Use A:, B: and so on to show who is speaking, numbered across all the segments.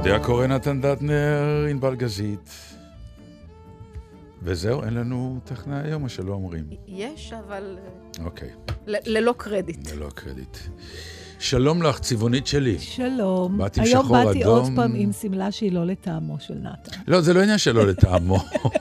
A: יודע קורא נתן דטנר, ענבל גזית. וזהו, אין לנו תכנה היום, או שלא אומרים?
B: יש, אבל...
A: אוקיי.
B: ללא קרדיט.
A: ללא קרדיט. שלום לך, צבעונית שלי.
C: שלום.
A: באתי עם שחור אדום.
C: היום באתי עוד פעם עם סמלה שהיא לא לטעמו של נתן.
A: לא, זה לא עניין שלא לטעמו.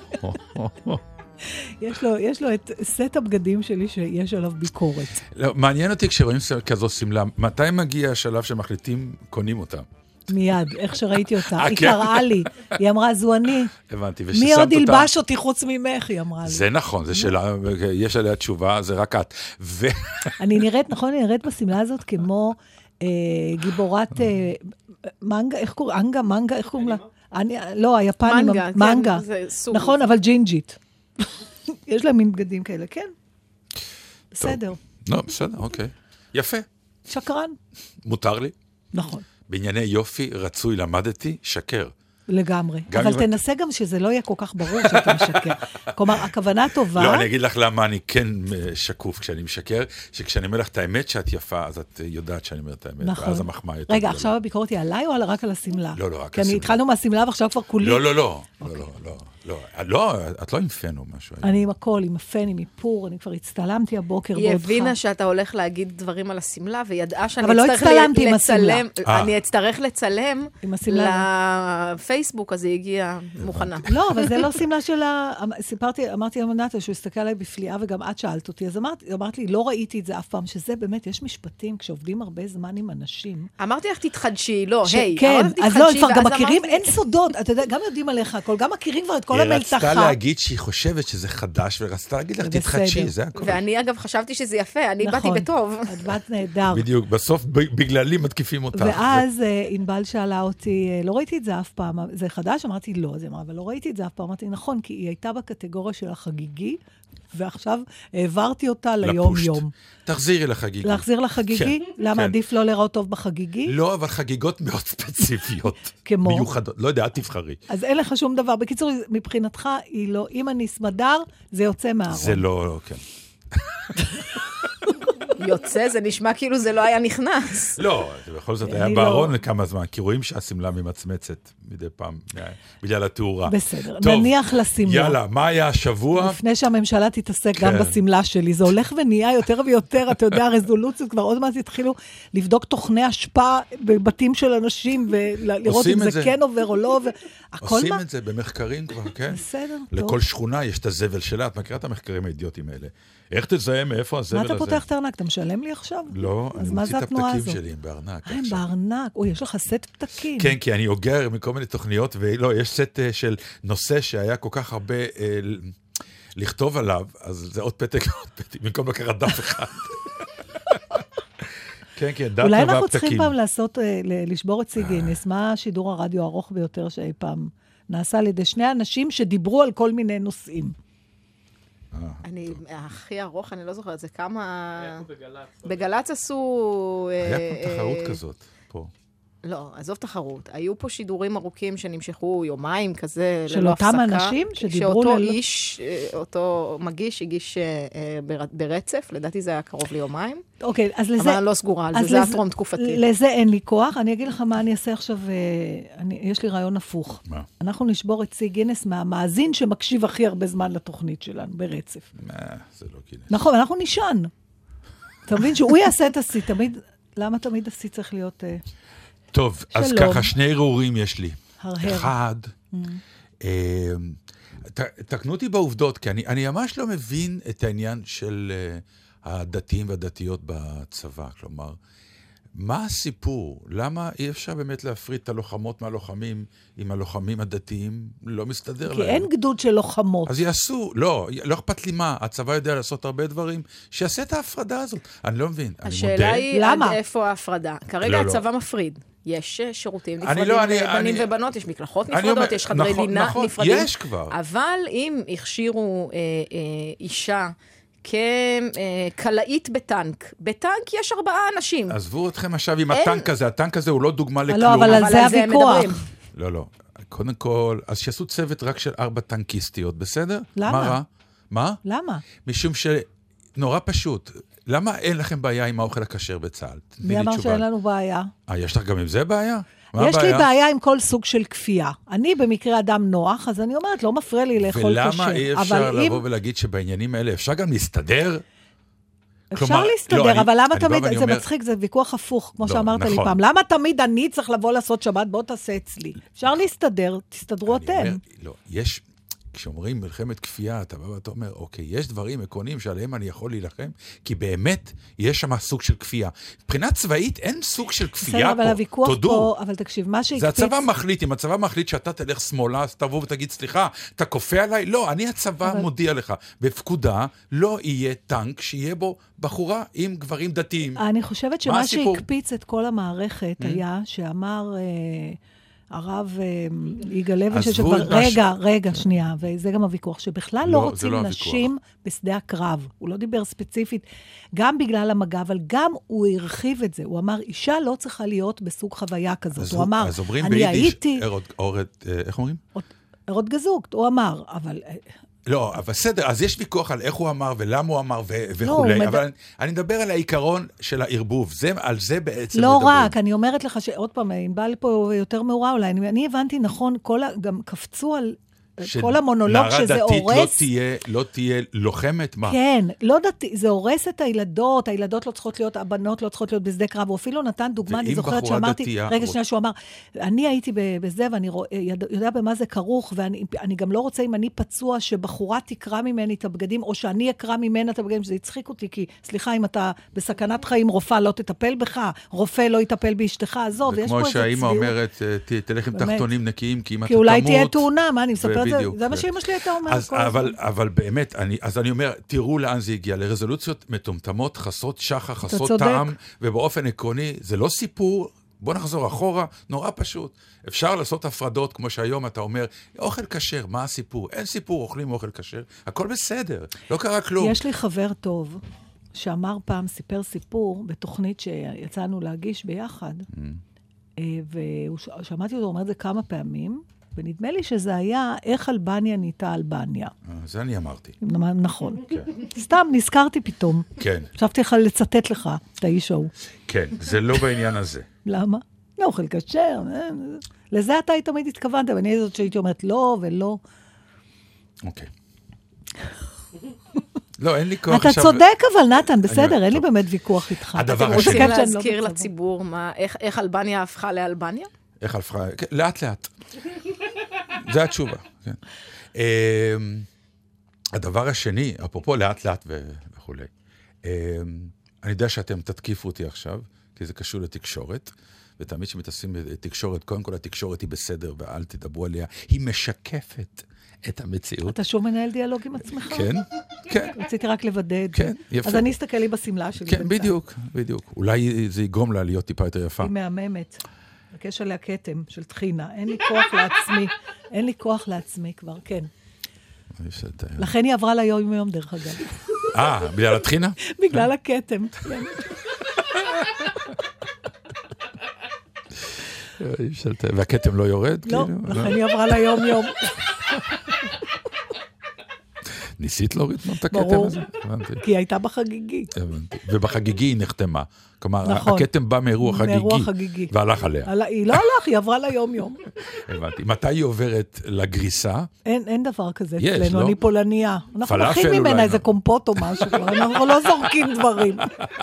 C: יש לו את סט הבגדים שלי שיש עליו ביקורת.
A: לא, מעניין אותי כשרואים כזו סמלה. מתי מגיע השלב שמחליטים, קונים אותה?
C: מיד, איך שראיתי אותה. היא קראה לי, היא אמרה, זו אני.
A: הבנתי,
C: מי עוד ילבש אותי חוץ ממך, היא אמרה לי.
A: זה נכון, זה שאלה, יש עליה תשובה, זה רק את.
C: אני נראית, נכון, אני נראית בסמלה הזאת כמו גיבורת מנגה, איך קוראים? מנגה, איך קוראים לה? לא, היפנים, מנגה. נכון, אבל ג'ינג'ית. יש להם מין בגדים כאלה, כן. בסדר.
A: לא, בסדר, אוקיי. יפה.
C: שקרן.
A: מותר לי.
C: נכון.
A: בענייני יופי רצוי למדתי, שקר.
C: לגמרי. אבל תנסה גם שזה לא יהיה כל כך ברור שאתה משקר. כלומר, הכוונה טובה...
A: לא, אני אגיד לך למה אני כן שקוף כשאני משקר, שכשאני אומר לך את האמת שאת יפה, אז את יודעת שאני אומר את האמת.
C: נכון.
A: ואז המחמאה יותר.
C: רגע, עכשיו הביקורת היא עליי או רק על הסמלה?
A: לא, רק על הסמלה.
C: כי אני התחלנו מהסמלה ועכשיו כבר כולי...
A: לא, את לא עם פן או משהו.
C: אני עם הכל, עם הפן, עם איפור, אני כבר הצטלמתי הבוקר
B: היא הבינה שאתה הולך להגיד דברים על הסמלה, וידעה שאני
C: אבל לא הצטלמתי עם הסמלה.
B: אני אצטרך לצלם לפייסבוק, אז היא הגיעה מוכנה.
C: לא, אבל זה לא סמלה שלה. אמרתי למנתה שהוא הסתכל עליי בפליאה, וגם את שאלת אותי, אז אמרת לי, לא ראיתי את זה אף פעם, שזה באמת, יש משפטים, כשעובדים הרבה זמן עם אנשים.
B: אמרתי לך, תתחדשי, לא, היי.
C: כן, אז לא, כבר גם מכירים, אין סודות, אתה יודע, גם יודעים עליך הכל, גם מכירים כבר את כל המלתחה.
A: היא רצתה להגיד שהיא חושבת שזה חדש, ורצתה להגיד לך, תתחדשי, זה הכל.
B: ואני אגב חשבתי שזה יפה, אני באתי בטוב.
C: את באת נהדר.
A: בדיוק, בסוף בגללי מתקיפים אותך.
C: ואז ענבל שאלה אותי, לא ראיתי את זה אף פעם, זה חדש? אמרתי לא, אז היא אמרה, אבל לא ראיתי את זה אף פעם. אמרתי, נכון, כי היא הייתה בקטגוריה של החגיגי, ועכשיו העברתי אותה ליום-יום.
A: תחזירי לחגיגי.
C: להחזיר לחגיגי? למה עדיף לא לראות טוב בחגיגי?
A: לא, אבל חגיגות מאוד ספציפיות.
C: כמו?
A: מיוחדות. לא יודע, את תבחרי.
C: אז אין לך שום דבר. בקיצור, מבחינתך, היא לא, אם אני סמדר, זה יוצא מהארון.
A: זה לא, כן.
B: יוצא, זה נשמע כאילו זה לא היה נכנס.
A: לא, בכל זאת היה בארון לכמה זמן, כי רואים שהסמלה ממצמצת מדי פעם, בגלל התאורה.
C: בסדר, נניח לסמלה.
A: יאללה, מה היה השבוע?
C: לפני שהממשלה תתעסק גם בסמלה שלי, זה הולך ונהיה יותר ויותר, אתה יודע, הרזולוציות כבר עוד מעט התחילו לבדוק תוכני השפעה בבתים של אנשים, ולראות אם זה כן עובר או לא עובר.
A: עושים את זה במחקרים כבר, כן?
C: בסדר, טוב.
A: לכל שכונה יש את הזבל שלה, את מכירה את המחקרים האידיוטיים האלה. איך תזהה מאיפה הזבל הזה?
C: מה אתה פותח את הארנק? אתה משלם לי עכשיו?
A: לא, אני מוציא את הפתקים שלי, הם בארנק.
C: הם בארנק. אוי, יש לך סט פתקים.
A: כן, כי אני אוגר מכל מיני תוכניות, ולא, יש סט של נושא שהיה כל כך הרבה לכתוב עליו, אז זה עוד פתק, במקום לקחת דף אחד. כן, כן, דף והפתקים.
C: אולי אנחנו צריכים פעם לעשות, לשבור את סיגינס, מה השידור הרדיו הארוך ביותר שאי פעם נעשה על ידי שני אנשים שדיברו על כל מיני נושאים.
B: אני, הכי ארוך, אני לא זוכרת, זה כמה... בגלץ עשו...
A: היה פה תחרות כזאת, פה.
B: לא, עזוב תחרות. היו פה שידורים ארוכים שנמשכו יומיים כזה,
C: של אותם אנשים שדיברו...
B: שאותו איש, אותו מגיש, הגיש ברצף, לדעתי זה היה קרוב ליומיים.
C: אוקיי, אז לזה...
B: אבל אני לא סגורה על זה, זה הטרום תקופתי.
C: לזה אין לי כוח. אני אגיד לך מה אני אעשה עכשיו, יש לי רעיון הפוך.
A: מה?
C: אנחנו נשבור את גינס מהמאזין שמקשיב הכי הרבה זמן לתוכנית שלנו, ברצף.
A: זה לא גינס.
C: נכון, אנחנו נשען. אתה מבין שהוא יעשה את השיא, תמיד... למה תמיד השיא צריך להיות...
A: טוב, אז ככה, שני ערעורים יש לי.
C: הרהר.
A: אחד, תקנו אותי בעובדות, כי אני ממש לא מבין את העניין של הדתיים והדתיות בצבא. כלומר, מה הסיפור? למה אי אפשר באמת להפריד את הלוחמות מהלוחמים, אם הלוחמים הדתיים לא מסתדר להם?
C: כי אין גדוד של לוחמות.
A: אז יעשו, לא אכפת לי מה, הצבא יודע לעשות הרבה דברים, שיעשה את ההפרדה הזאת. אני לא מבין, אני מודה.
B: השאלה היא עד איפה ההפרדה. כרגע הצבא מפריד. יש שירותים נפרדים לבנים ובנות, יש מקלחות נפרדות, יש חדרי לינה נפרדים.
A: יש כבר.
B: אבל אם הכשירו אישה כקלאית בטנק, בטנק יש 4 אנשים.
A: עזבו אתכם עכשיו עם הטנק הזה, הטנק הזה הוא לא דוגמה לכלום.
C: לא, אבל על זה הוויכוח.
A: לא. קודם כל, אז שיעשו צוות רק של 4 טנקיסטיות, בסדר?
C: למה?
A: מה?
C: למה?
A: משום שנורא פשוט. למה אין לכם בעיה עם האוכל הכשר בצה"ל?
C: מי אמר שאין לנו בעיה?
A: יש לך גם עם זה בעיה?
C: יש לי בעיה עם כל סוג של כפייה. אני במקרה אדם נוח, אז אני אומרת, לא מפריע לי לאכול קשה.
A: ולמה אי אפשר לבוא ולהגיד שבעניינים האלה אפשר גם להסתדר?
C: אפשר להסתדר, אבל למה תמיד, זה מצחיק, זה ויכוח הפוך, כמו שאמרת לי פעם. למה תמיד אני צריך לבוא לעשות שבת, בוא תעשה אצלי. אפשר להסתדר, תסתדרו אתם.
A: לא, יש... כשאומרים מלחמת כפייה, אתה בא ואתה אומר, אוקיי, יש דברים עקרוניים שעליהם אני יכול להילחם, כי באמת יש שם סוג של כפייה. מבחינה צבאית אין סוג של כפייה פה, תודו.
C: אבל תקשיב, מה שהקפיץ...
A: זה הצבא מחליט, אם הצבא מחליט שאתה תלך שמאלה, אז תבוא ותגיד, סליחה, אתה כופה עליי? לא, אני הצבא מודיע לך. בפקודה לא יהיה טנק שיהיה בו בחורה עם גברים דתיים.
C: אני חושבת שמה שהקפיץ את כל המערכת היה שאמר... הרב יגאל לוין, רגע, שנייה, וזה גם הוויכוח, שבכלל לא רוצים נשים בשדה הקרב. הוא לא דיבר ספציפית, גם בגלל המגע, אבל גם הוא הרחיב את זה. הוא אמר, אישה לא צריכה להיות בסוג חוויה כזאת. הוא אמר, אני הייתי...
A: איך אומרים?
C: ארות גזוקת, הוא אמר, אבל...
A: לא, אבל בסדר, אז יש ויכוח על איך הוא אמר ולמה הוא אמר וכו', אבל אני מדבר על העיקרון של הערבוב, על זה בעצם
C: לא רק, אני אומרת לך שעוד פעם, אם בא לי פה יותר מאורה אולי, אני הבנתי נכון, גם קפצו על כל המונולוג שזה הורס...
A: נערה דתית לא תהיה לוחמת, מה?
C: כן, לא דתית, זה הורס את הילדות, הילדות לא צריכות להיות, הבנות לא צריכות להיות בשדה קרב, הוא אפילו נתן דוגמה, אני זוכרת שאמרתי, רגע שנייה שהוא אמר, אני הייתי בזה ואני יודע במה זה כרוך, ואני גם לא רוצה אם אני פצוע שבחורה תקרא ממני את הבגדים, או שאני אקרא ממנה את הבגדים, שזה יצחיק אותי, כי סליחה, אם אתה בסכנת חיים, רופאה לא תטפל בך, רופא לא יטפל באשתך, עזוב, יש פה איזה צביעות.
A: וכמו שהאימא אומרת, תלך עם תחתונים נקיים, כי אם אתה
C: כי אולי תהיה תאונה, מה, אני מספרת זה מה שאמא שלי הייתה אומרת.
A: אבל באמת, אז אני אומר, תראו לאן זה הגיע, לרזולוציות מטומטמות, חסרות שחר, חסרות טעם, ובאופן עקרוני, זה לא סיפור, בוא נחזור אחורה, נורא פשוט. אפשר לעשות הפרדות, כמו שהיום אתה אומר, אוכל כשר, מה הסיפור? אין סיפור, אוכלים אוכל כשר, הכל בסדר, לא קרה כלום.
C: יש לי חבר טוב, שאמר פעם, סיפר סיפור, בתוכנית שיצאנו להגיש ביחד, ושמעתי אותו, אומר את זה כמה פעמים, ונדמה לי שזה היה איך אלבניה נהייתה אלבניה.
A: זה אני אמרתי.
C: נכון. סתם, נזכרתי פתאום.
A: כן.
C: חשבתי לך לצטט לך את האיש ההוא.
A: כן, זה לא בעניין הזה.
C: למה? לא אוכל כשר. לזה אתה תמיד התכוונת, ואני זאת שהייתי אומרת לא ולא.
A: אוקיי. לא, אין לי כוח
C: עכשיו... אתה צודק אבל, נתן, בסדר, אין לי באמת ויכוח איתך.
A: הדבר השני.
B: רוצים להזכיר לציבור איך אלבניה הפכה לאלבניה?
A: איך הפכה? לאט לאט. זה התשובה. כן. הדבר השני, אפרופו לאט לאט וכו'. אני יודע שאתם תתקיפו אותי עכשיו, כי זה קשור לתקשורת, ותמיד שמתעסקים בתקשורת, קודם כל התקשורת היא בסדר, ואל תדברו עליה, היא משקפת את המציאות.
C: אתה שוב מנהל דיאלוג עם עצמך?
A: כן, כן.
C: רציתי רק לוודא את
A: זה.
C: כן, יפה. אז אני אסתכל לי בסמלה שלי.
A: כן, בדיוק, בדיוק. אולי זה יגרום לה להיות טיפה יותר יפה.
C: היא מהממת. בקש עליה כתם של תחינה. אין לי כוח לעצמי כבר, כן. לכן היא עברה ליום דרך אגב.
A: בגלל התחינה?
C: בגלל הכתם, כן.
A: והכתם לא יורד?
C: לא, לכן היא עברה ליום.
A: ניסית להוריד את הכתם הזה?
C: כי היא הייתה בחגיגי.
A: ובחגיגי היא נחתמה. כלומר, הכתם בא מאירוע חגיגי. והלך עליה.
C: היא לא הלך, היא עברה ליום.
A: הבנתי. מתי היא עוברת לגריסה?
C: אין דבר כזה אצלנו, אני פולניה. אנחנו נכין ממנה איזה קומפוט או משהו, אנחנו לא זורקים דברים.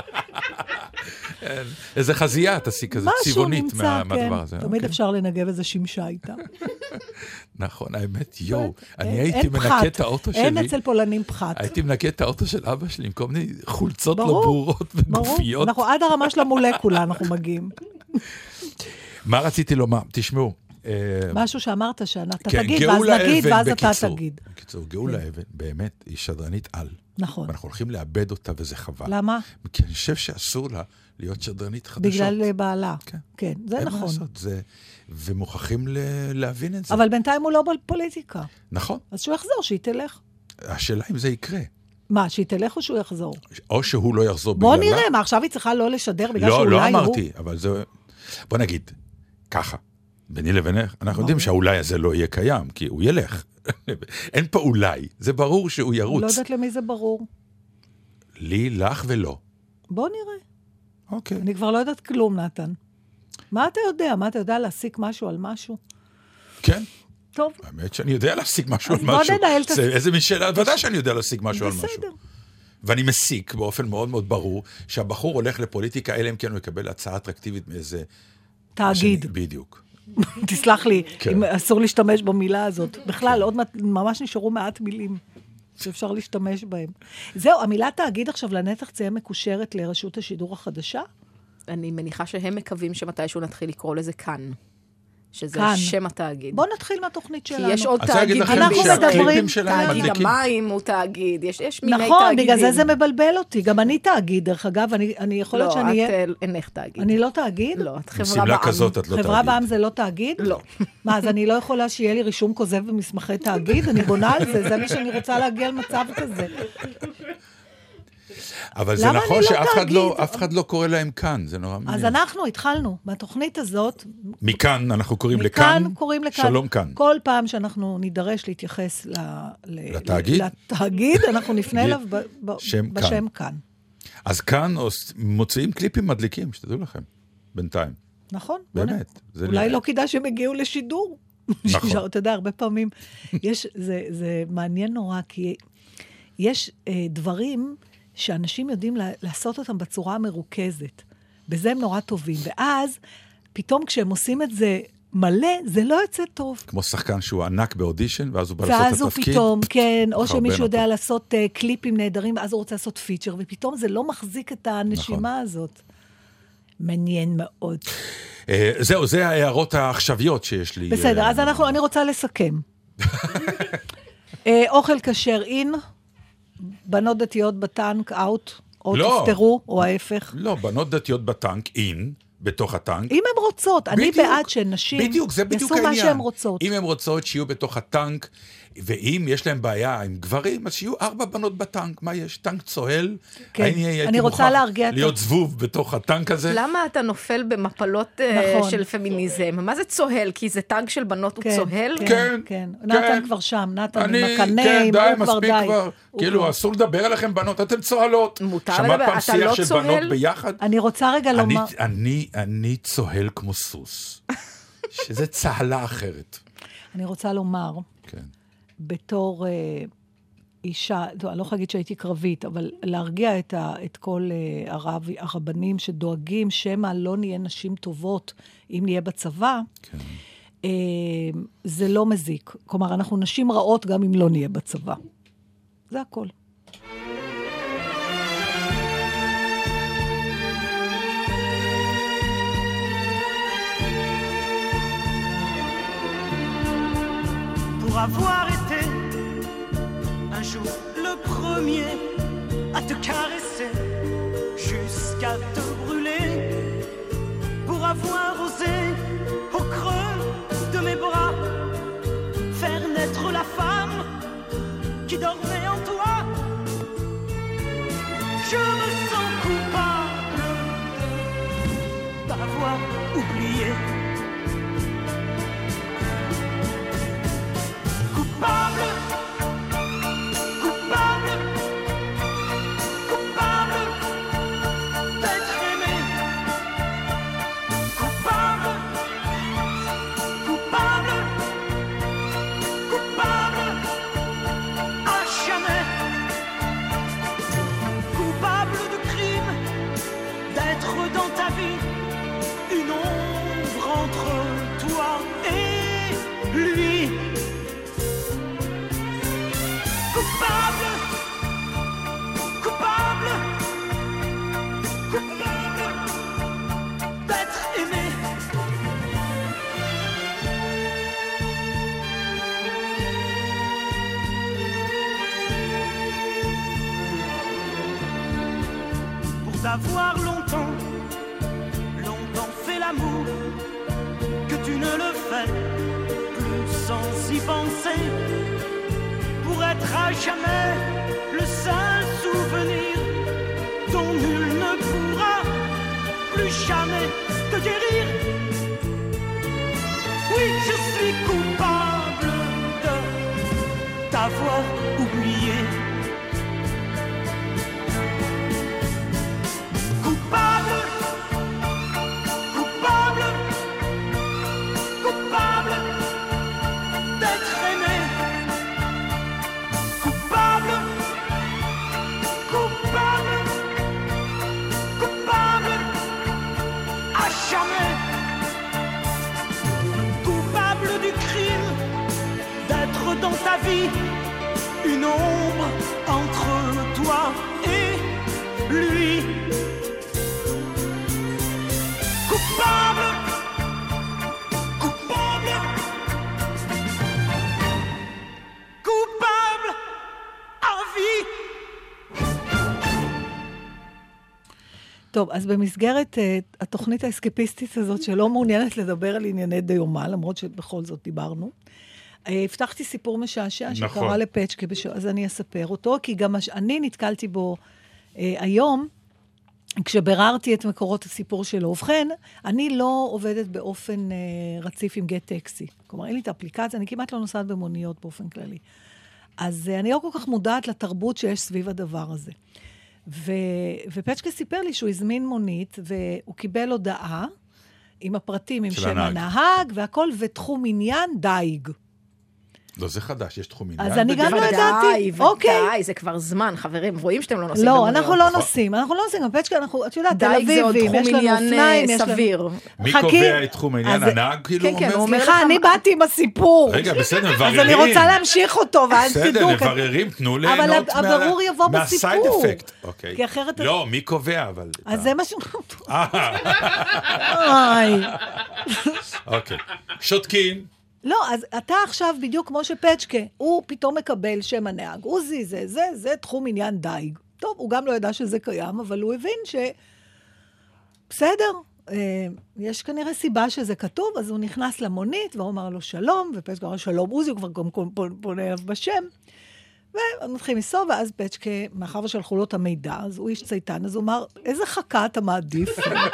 A: איזה חזייה תעשי כזה, צבעונית מהדבר הזה.
C: תמיד אפשר לנגב איזה שמשה איתה.
A: נכון, האמת, אני הייתי מנקה את האוטו שלי.
C: אין אצל פולנים פחת.
A: הייתי מנקה את האוטו של אבא שלי, עם כל מיני חולצות לא ברורות וגופיות.
C: אנחנו עד הרמה של המולקולה אנחנו מגיעים.
A: מה רציתי לומר? תשמעו.
C: משהו שאמרת שאתה תגיד, ואז נגיד, ואז אתה תגיד.
A: בקיצור, גאולה אבן, באמת, היא שדרנית על.
C: נכון.
A: ואנחנו הולכים לאבד אותה, וזה חבל.
C: למה?
A: כי אני חושב שאסור לה להיות שדרנית חדשות.
C: בגלל בעלה. כן, זה נכון.
A: ומוכרחים להבין את זה.
C: אבל בינתיים הוא לא בפוליטיקה.
A: נכון.
C: אז שהוא יחזור, שהיא תלך.
A: השאלה אם זה יקרה.
C: מה, שהיא תלך או שהוא יחזור?
A: או שהוא לא יחזור בגללה.
C: בוא נראה, מה, עכשיו היא צריכה לא לשדר בגלל שאולי הוא...
A: לא אמרתי, אבל זה... בוא נגיד, ככה, ביני לבינך, אנחנו יודעים שהאולי הזה לא יהיה קיים, כי הוא ילך. אין פה אולי, זה ברור שהוא ירוץ.
C: לא יודעת למי זה ברור.
A: לי, לך ולא.
C: בוא נראה.
A: אוקיי.
C: אני כבר לא יודעת כלום, נתן. מה אתה יודע? מה אתה יודע להסיק משהו על משהו?
A: כן.
C: טוב.
A: האמת שאני יודע להסיק משהו על משהו. איזה מין שאלה, ודאי שאני יודע להסיק משהו על משהו. בסדר. ואני מסיק באופן מאוד מאוד ברור, שהבחור הולך לפוליטיקה, אלא אם כן הוא יקבל הצעה אטרקטיבית מאיזה...
C: תאגיד.
A: בדיוק.
C: תסלח לי, אסור להשתמש במילה הזאת. בכלל, עוד ממש נשארו מעט מילים שאפשר להשתמש בהם. זהו, המילה תאגיד עכשיו לנצח תהיה מקושרת לרשות השידור החדשה?
B: אני מניחה שהם מקווים שמתישהו נתחיל לקרוא לזה כאן. שזה שם התאגיד.
C: בוא נתחיל מהתוכנית שלנו.
B: כי יש עוד תאגידים.
C: אנחנו מדברים,
B: תאגיד המים הוא תאגיד, יש מיני תאגידים.
C: נכון, בגלל זה מבלבל אותי. גם אני תאגיד, דרך אגב, אני יכולת שאני אהיה...
B: לא, את אינך תאגיד.
C: אני לא תאגיד?
B: לא, את חברה בעם.
A: כזאת, את לא תאגיד.
C: חברה בעם זה לא תאגיד?
B: לא.
C: מה, אז אני לא יכולה שיהיה לי רישום כוזב במסמכי תאגיד? אני בונה על זה, זה מה שאני רוצה להגיע למצב כזה.
A: אבל זה נכון שאף אחד לא קורא להם כאן, זה נורא מעניין.
C: אז אנחנו התחלנו, מהתוכנית הזאת...
A: מכאן אנחנו קוראים לכאן, שלום כאן.
C: כל פעם שאנחנו נידרש להתייחס לתאגיד, אנחנו נפנה אליו בשם כאן.
A: אז כאן מוציאים קליפים מדליקים, שתדעו לכם, בינתיים.
C: נכון.
A: באמת.
C: אולי לא כדאי שהם הגיעו לשידור.
A: נכון.
C: אתה יודע, הרבה פעמים, זה מעניין נורא, כי יש דברים... שאנשים יודעים לעשות אותם בצורה המרוכזת. בזה הם נורא טובים. ואז, פתאום כשהם עושים את זה מלא, זה לא יוצא טוב.
A: כמו שחקן שהוא ענק באודישן, ואז הוא בא לעשות את התפקיד.
C: ואז הוא פתאום, כן, או שמישהו יודע לעשות קליפים נהדרים, ואז הוא רוצה לעשות פיצ'ר, ופתאום זה לא מחזיק את הנשימה הזאת. מעניין מאוד.
A: זהו, זה ההערות העכשוויות שיש לי.
C: בסדר, אז אני רוצה לסכם. אוכל כשר אין, בנות דתיות בטנק, אאוט, או תפטרו, או ההפך.
A: לא, בנות דתיות בטנק, אין, בתוך הטנק.
C: אם הן רוצות, אני בעד שנשים יעשו מה שהן רוצות.
A: אם הן רוצות שיהיו בתוך הטנק, ואם יש להם בעיה עם גברים, אז שיהיו 4 בנות בטנק. מה יש? טנק צוהל?
C: כן, אני רוצה להרגיע
A: להיות זבוב בתוך הטנק הזה.
B: למה אתה נופל במפלות של פמיניזם? מה זה צוהל? כי זה טנק של בנות הוא צוהל?
A: כן,
C: כן. נתן כבר שם, נתן עם הקנה,
A: כן, די, מספיק כבר. כאילו, אסור לדבר עליכם בנות, אתם צוהלות.
B: מותר לדבר, אתה לא צוהל?
C: אני רוצה רגע לומר...
A: אני צוהל כמו סוס. שזה צהלה אחרת.
C: אני רוצה לומר...
A: כן.
C: בתור אישה, אני לא יכולה להגיד שהייתי קרבית, אבל להרגיע את כל הרבנים שדואגים שמה לא נהיה נשים טובות אם נהיה בצבא, כן. זה לא מזיק. כלומר, אנחנו נשים רעות גם אם לא נהיה בצבא. זה הכל.
D: Pour avoir été un jour le premier à te caresser jusqu'à te brûler, pour avoir osé au creux de mes bras faire naître la femme qui dormait en toi, je me sens coupable d'avoir oublié. Coupable, coupable, coupable d'être aimé. Coupable, coupable, coupable à jamais. Coupable de crime, d'être dans ta vie une ombre entre toi et lui. Coupable, coupable, coupable d'être aimé. Pour t'avoir longtemps fait l'amour, que tu ne le fais plus sans y penser. Pour être à jamais le seul souvenir dont nul ne pourra plus jamais te guérir. Oui, je suis coupable de t'avoir oublié. Coupable, coupable.
C: טוב, אז במסגרת התוכנית האסקפיסטית הזאת, שלא מעוניינת לדבר על ענייני דיומה, למרות שבכל זאת דיברנו, הבטחתי סיפור משעשע שקרה לפצ'קה, אז אני אספר אותו, כי גם אני נתקלתי בו היום, כשבררתי את מקורות הסיפור שלו. ובכן, אני לא עובדת באופן רציף עם גט טקסי. כלומר, אין לי את האפליקציה, אני כמעט לא נוסעת במוניות באופן כללי. אז אני לא כל כך מודעת לתרבות שיש סביב הדבר הזה. ופצ'קה סיפר לי שהוא הזמין מונית, והוא קיבל הודעה עם הפרטים, עם שם הנהג, והכל, ותחום עניין דייג.
A: לא, זה חדש, יש תחום עניין.
C: אז אני גם לא ידעתי.
B: ודאי, זה כבר זמן, חברים, רואים שאתם לא נוסעים
C: במוניות. לא, אנחנו לא נוסעים, הפצ'קה, את יודעת, תל אביבים, יש לנו אופניים,
B: סביר.
A: מי קובע את תחום העניין? הנהג כאילו אומר?
C: סליחה, אני באתי עם הסיפור.
A: רגע, בסדר, מבררים.
C: אז אני רוצה להמשיך אותו, ואז תדעו.
A: בסדר, מבררים, תנו ליהנות
C: הברור יבוא
A: מהסייד אפקט.
C: כי אחרת...
A: לא, מי קובע, אבל...
C: אז זה משהו...
A: אוקיי. שותקים.
C: לא, אז אתה עכשיו בדיוק כמו שפצ'קה, הוא פתאום מקבל שם הנהג. עוזי, זה תחום עניין דייג. טוב, הוא גם לא ידע שזה קיים, אבל הוא הבין בסדר, יש כנראה סיבה שזה כתוב, אז הוא נכנס למונית, והוא אמר לו שלום, ופצ'קה אמר שלום עוזי, הוא כבר גם פונה אליו בשם, ומתחילים לנסוע, ואז פצ'קה, מאחר ושלחו לו את המידע, אז הוא איש צייתן, אז הוא אמר, איזה חכה אתה מעדיף?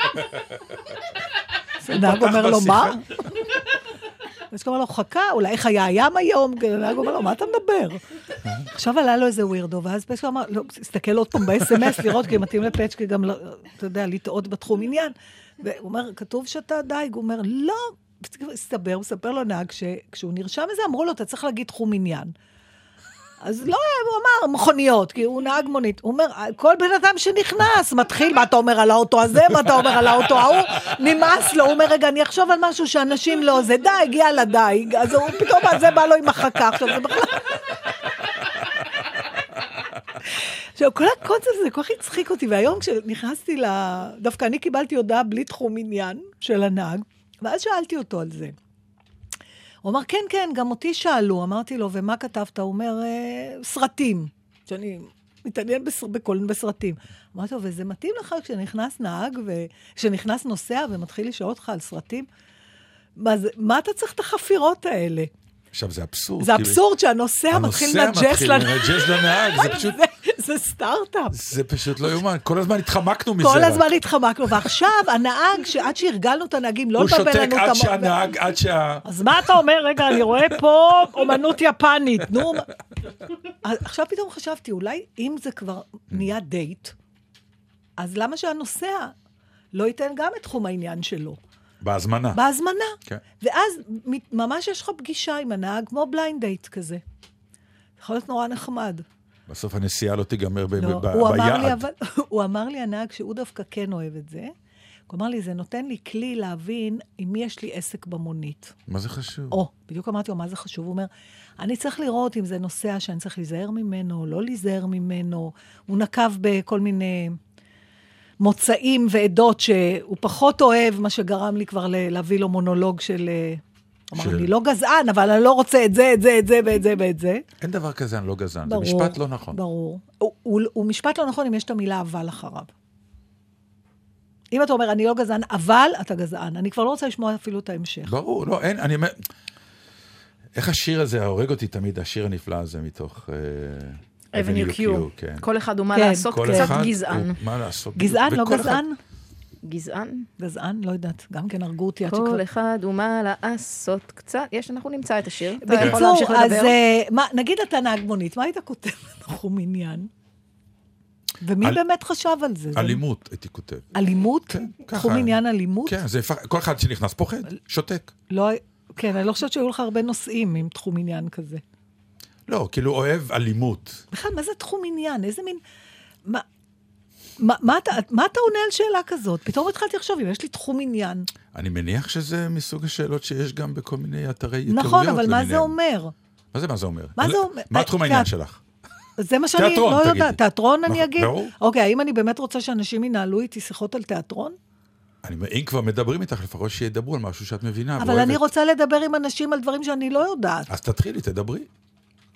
C: הנהג אומר לו, מה? פצ'קה אומר לו, חכה, אולי איך היה הים היום? הנהג אומר לו, מה אתה מדבר? עכשיו עלה לו איזה ווירדו, ואז פצ'קה אמר, לא, תסתכל עוד פעם ב-SMS, לראות, כי מתאים לפצ'קה גם, אתה יודע, לטעות בתחום עניין. והוא אומר, כתוב שאתה דייג, הוא אומר, לא, הוא ספר לו נהג, כשהוא נרשם לזה, אמרו לו, אתה צריך להגיד תחום עניין. אז לא, הוא אמר, מכוניות, כי הוא נהג מונית. הוא אומר, כל בן אדם שנכנס, מתחיל, מה אתה אומר על האוטו הזה, מה אתה אומר על האוטו ההוא, נמאס לו, הוא אומר, רגע, אני אחשוב על משהו שאנשים לא, זה דייג, יאללה דייג, אז הוא פתאום זה בא לו עם החכה, עכשיו זה בכלל... עכשיו, כל הקונצפט הזה כל כך הצחיק אותי, והיום כשנכנסתי דווקא אני קיבלתי הודעה בלי תחום עניין של הנהג, ואז שאלתי אותו על זה. הוא אמר, כן, כן, גם אותי שאלו. אמרתי לו, ומה כתבת? הוא אומר, סרטים. שאני מתעניין בסרטים. אמרתי לו, וזה מתאים לך כשנכנס נהג, כשנכנס נוסע ומתחיל לשאול אותך על סרטים? מה אתה צריך את החפירות האלה?
A: עכשיו, זה אבסורד.
C: זה אבסורד שהנוסע מתחיל לנג'ס
A: לנהג. זה פשוט...
C: זה סטארט-אפ.
A: זה פשוט לא יומן. כל הזמן התחמקנו מזה.
C: כל הזמן התחמקנו. ועכשיו, הנהג, שעד שהרגלנו את הנהגים, לא לבלבל לנו את
A: הוא שותק עד שהנהג, עד שה...
C: אז מה אתה אומר? רגע, אני רואה פה אומנות יפנית. נו, עכשיו פתאום חשבתי, אולי אם זה כבר נהיה דייט, אז למה שהנוסע לא ייתן גם את תחום העניין שלו?
A: בהזמנה.
C: בהזמנה.
A: כן.
C: ואז ממש יש לך פגישה עם הנהג, כמו בליינד דייט כזה. יכול להיות נורא נחמד.
A: בסוף הנסיעה לא תיגמר ביעד.
C: הוא אמר לי, הנהג, שהוא דווקא כן אוהב את זה, הוא אמר לי, זה נותן לי כלי להבין עם מי יש לי עסק במונית.
A: מה זה חשוב?
C: בדיוק אמרתי לו, מה זה חשוב? הוא אומר, אני צריך לראות אם זה נוסע שאני צריך להיזהר ממנו, לא להיזהר ממנו. הוא נקב בכל מיני... מוצאים ועדות שהוא פחות אוהב, מה שגרם לי כבר להביא לו מונולוג של... אמר, אני לא גזען, אבל אני לא רוצה את זה, את זה, את זה, ואת זה, ואת זה.
A: אין דבר כזה, אני לא גזען. זה משפט לא נכון.
C: ברור. הוא משפט לא נכון אם יש את המילה אבל אחריו. אם אתה אומר, אני לא גזען, אבל אתה גזען. אני כבר לא רוצה לשמוע אפילו את ההמשך.
A: ברור, לא, אין, אני אומר... איך השיר הזה הורג אותי תמיד, השיר הנפלא הזה מתוך...
B: Avenue Q. כל אחד הוא מה לעשות, קצת גזען.
A: מה לעשות?
C: גזען, לא גזען?
B: גזען?
C: גזען, לא יודעת. גם כן הרגו אותי.
B: כל אחד הוא מה לעשות קצת. אנחנו נמצא את השיר.
C: בקיצור, אז נגיד אתה נהג מונית, מה היית כותב בתחום עניין? ומי באמת חשב על זה?
A: אלימות, הייתי כותב.
C: אלימות? תחום עניין אלימות?
A: כן, כל אחד שנכנס פוחד, שותק.
C: כן, אני לא חושבת שהיו לך הרבה נושאים עם תחום עניין כזה.
A: לא, כאילו אוהב אלימות.
C: בכלל, מה זה תחום עניין? איזה מין... מה אתה עונה על שאלה כזאת? פתאום התחלתי לחשוב, אם יש לי תחום עניין.
A: אני מניח שזה מסוג השאלות שיש גם בכל מיני אתרי היכרויות.
C: נכון, אבל מה זה אומר?
A: מה זה אומר?
C: מה זה אומר?
A: מה תחום העניין שלך?
C: זה מה שאני לא יודעת. תיאטרון אני אגיד?
A: ברור.
C: אוקיי, האם אני באמת רוצה שאנשים ינהלו איתי שיחות על תיאטרון?
A: אם כבר מדברים איתך, לפחות שידברו על משהו שאת מבינה.
C: אבל אני רוצה לדבר עם אנשים על דברים שאני לא יודעת.
A: אז תתחילי, תדברי.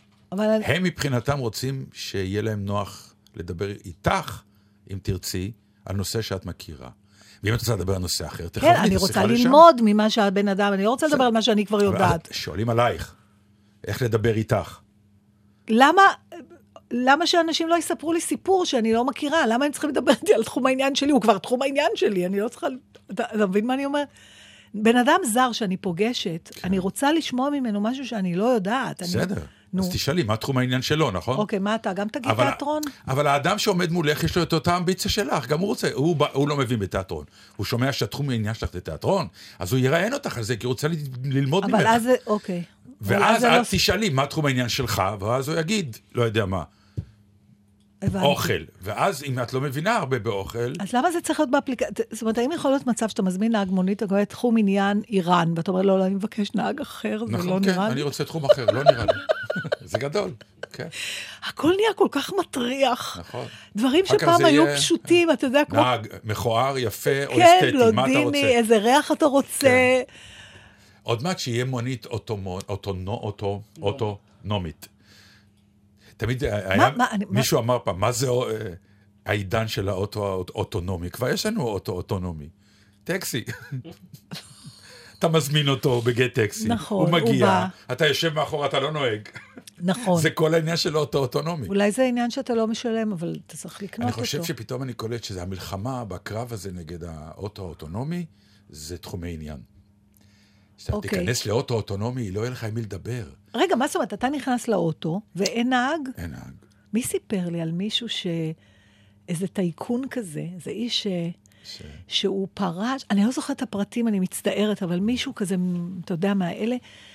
A: הם מבחינתם רוצים שיהיה להם נוח לדבר איתך, אם תרצי, על נושא שאת מכירה. ואם את רוצה לדבר על נושא אחר,
C: כן, אני רוצה ללמוד ממה שהבן אדם, אני לא רוצה לדבר על מה שאני כבר יודעת.
A: שואלים עלייך, איך לדבר איתך?
C: למה שאנשים לא יספרו לי סיפור שאני לא מכירה? למה הם צריכים לדבר איתי על תחום העניין שלי? הוא כבר תחום העניין שלי, אני לא צריכה... אתה מבין מה אני אומר? בן אדם זר שאני פוגשת, אני רוצה לשמוע ממנו משהו שאני לא יודעת.
A: בסדר. אז תשאלי, מה תחום העניין שלו, נכון?
C: אוקיי, מה אתה? גם תגיד תיאטרון?
A: אבל האדם שעומד מולך, יש לו את אותה אמביציה שלך, גם הוא רוצה, הוא לא מבין בתיאטרון. הוא שומע שהתחום העניין שלך זה תיאטרון, אז הוא יראיין אותך על זה, כי הוא רוצה ללמוד ממך.
C: אבל אז זה, אוקיי.
A: ואז את תשאלי, מה תחום העניין שלך, ואז הוא יגיד, לא יודע מה. אוכל. ואז אם את לא מבינה הרבה באוכל...
C: אז למה זה צריך להיות באפליקציה? זאת אומרת, האם יכול להיות מצב שאתה מזמין נהג מונית, אתה קורא תחום עניין איראן, ואתה אומר, לא, אני מבקש נהג אחר, זה לא נראה לי.
A: כן, אני רוצה תחום אחר, לא נראה לי. זה גדול, כן.
C: הכל נהיה כל כך מטריח.
A: נכון.
C: דברים שפעם היו פשוטים, אתה יודע, כמו...
A: נהג, מכוער, יפה, או אסתטי, מה אתה רוצה?
C: כן, בלונדיני, איזה ריח אתה רוצה.
A: עוד מעט שיהיה מונית אוטונומית. תמיד מישהו אמר פעם, מה זה העידן של האוטו האוטונומי? כבר יש לנו אוטו אוטונומי. טקסי. אתה מזמין אותו בגט טקסי.
C: נכון,
A: הוא מגיע, אתה יושב מאחור, אתה לא נוהג.
C: נכון.
A: זה כל העניין של האוטו אוטונומי.
C: אולי זה העניין שאתה לא משלם, אבל אתה צריך לקנות אותו.
A: אני חושב שפתאום אני קולט שזה המלחמה בקרב הזה נגד האוטו האוטונומי, זה תחומי עניין. כשאתה תיכנס לאוטו אוטונומי, לא יהיה לך עם מי לדבר.
C: רגע, מה זאת אומרת? אתה נכנס לאוטו, ואין נהג?
A: אין נהג.
C: מי סיפר לי על מישהו איזה טייקון כזה, איזה איש שהוא פרש, אני לא זוכרת את הפרטים, אני מצטערת, אבל מישהו כזה, אתה יודע, מהאלה,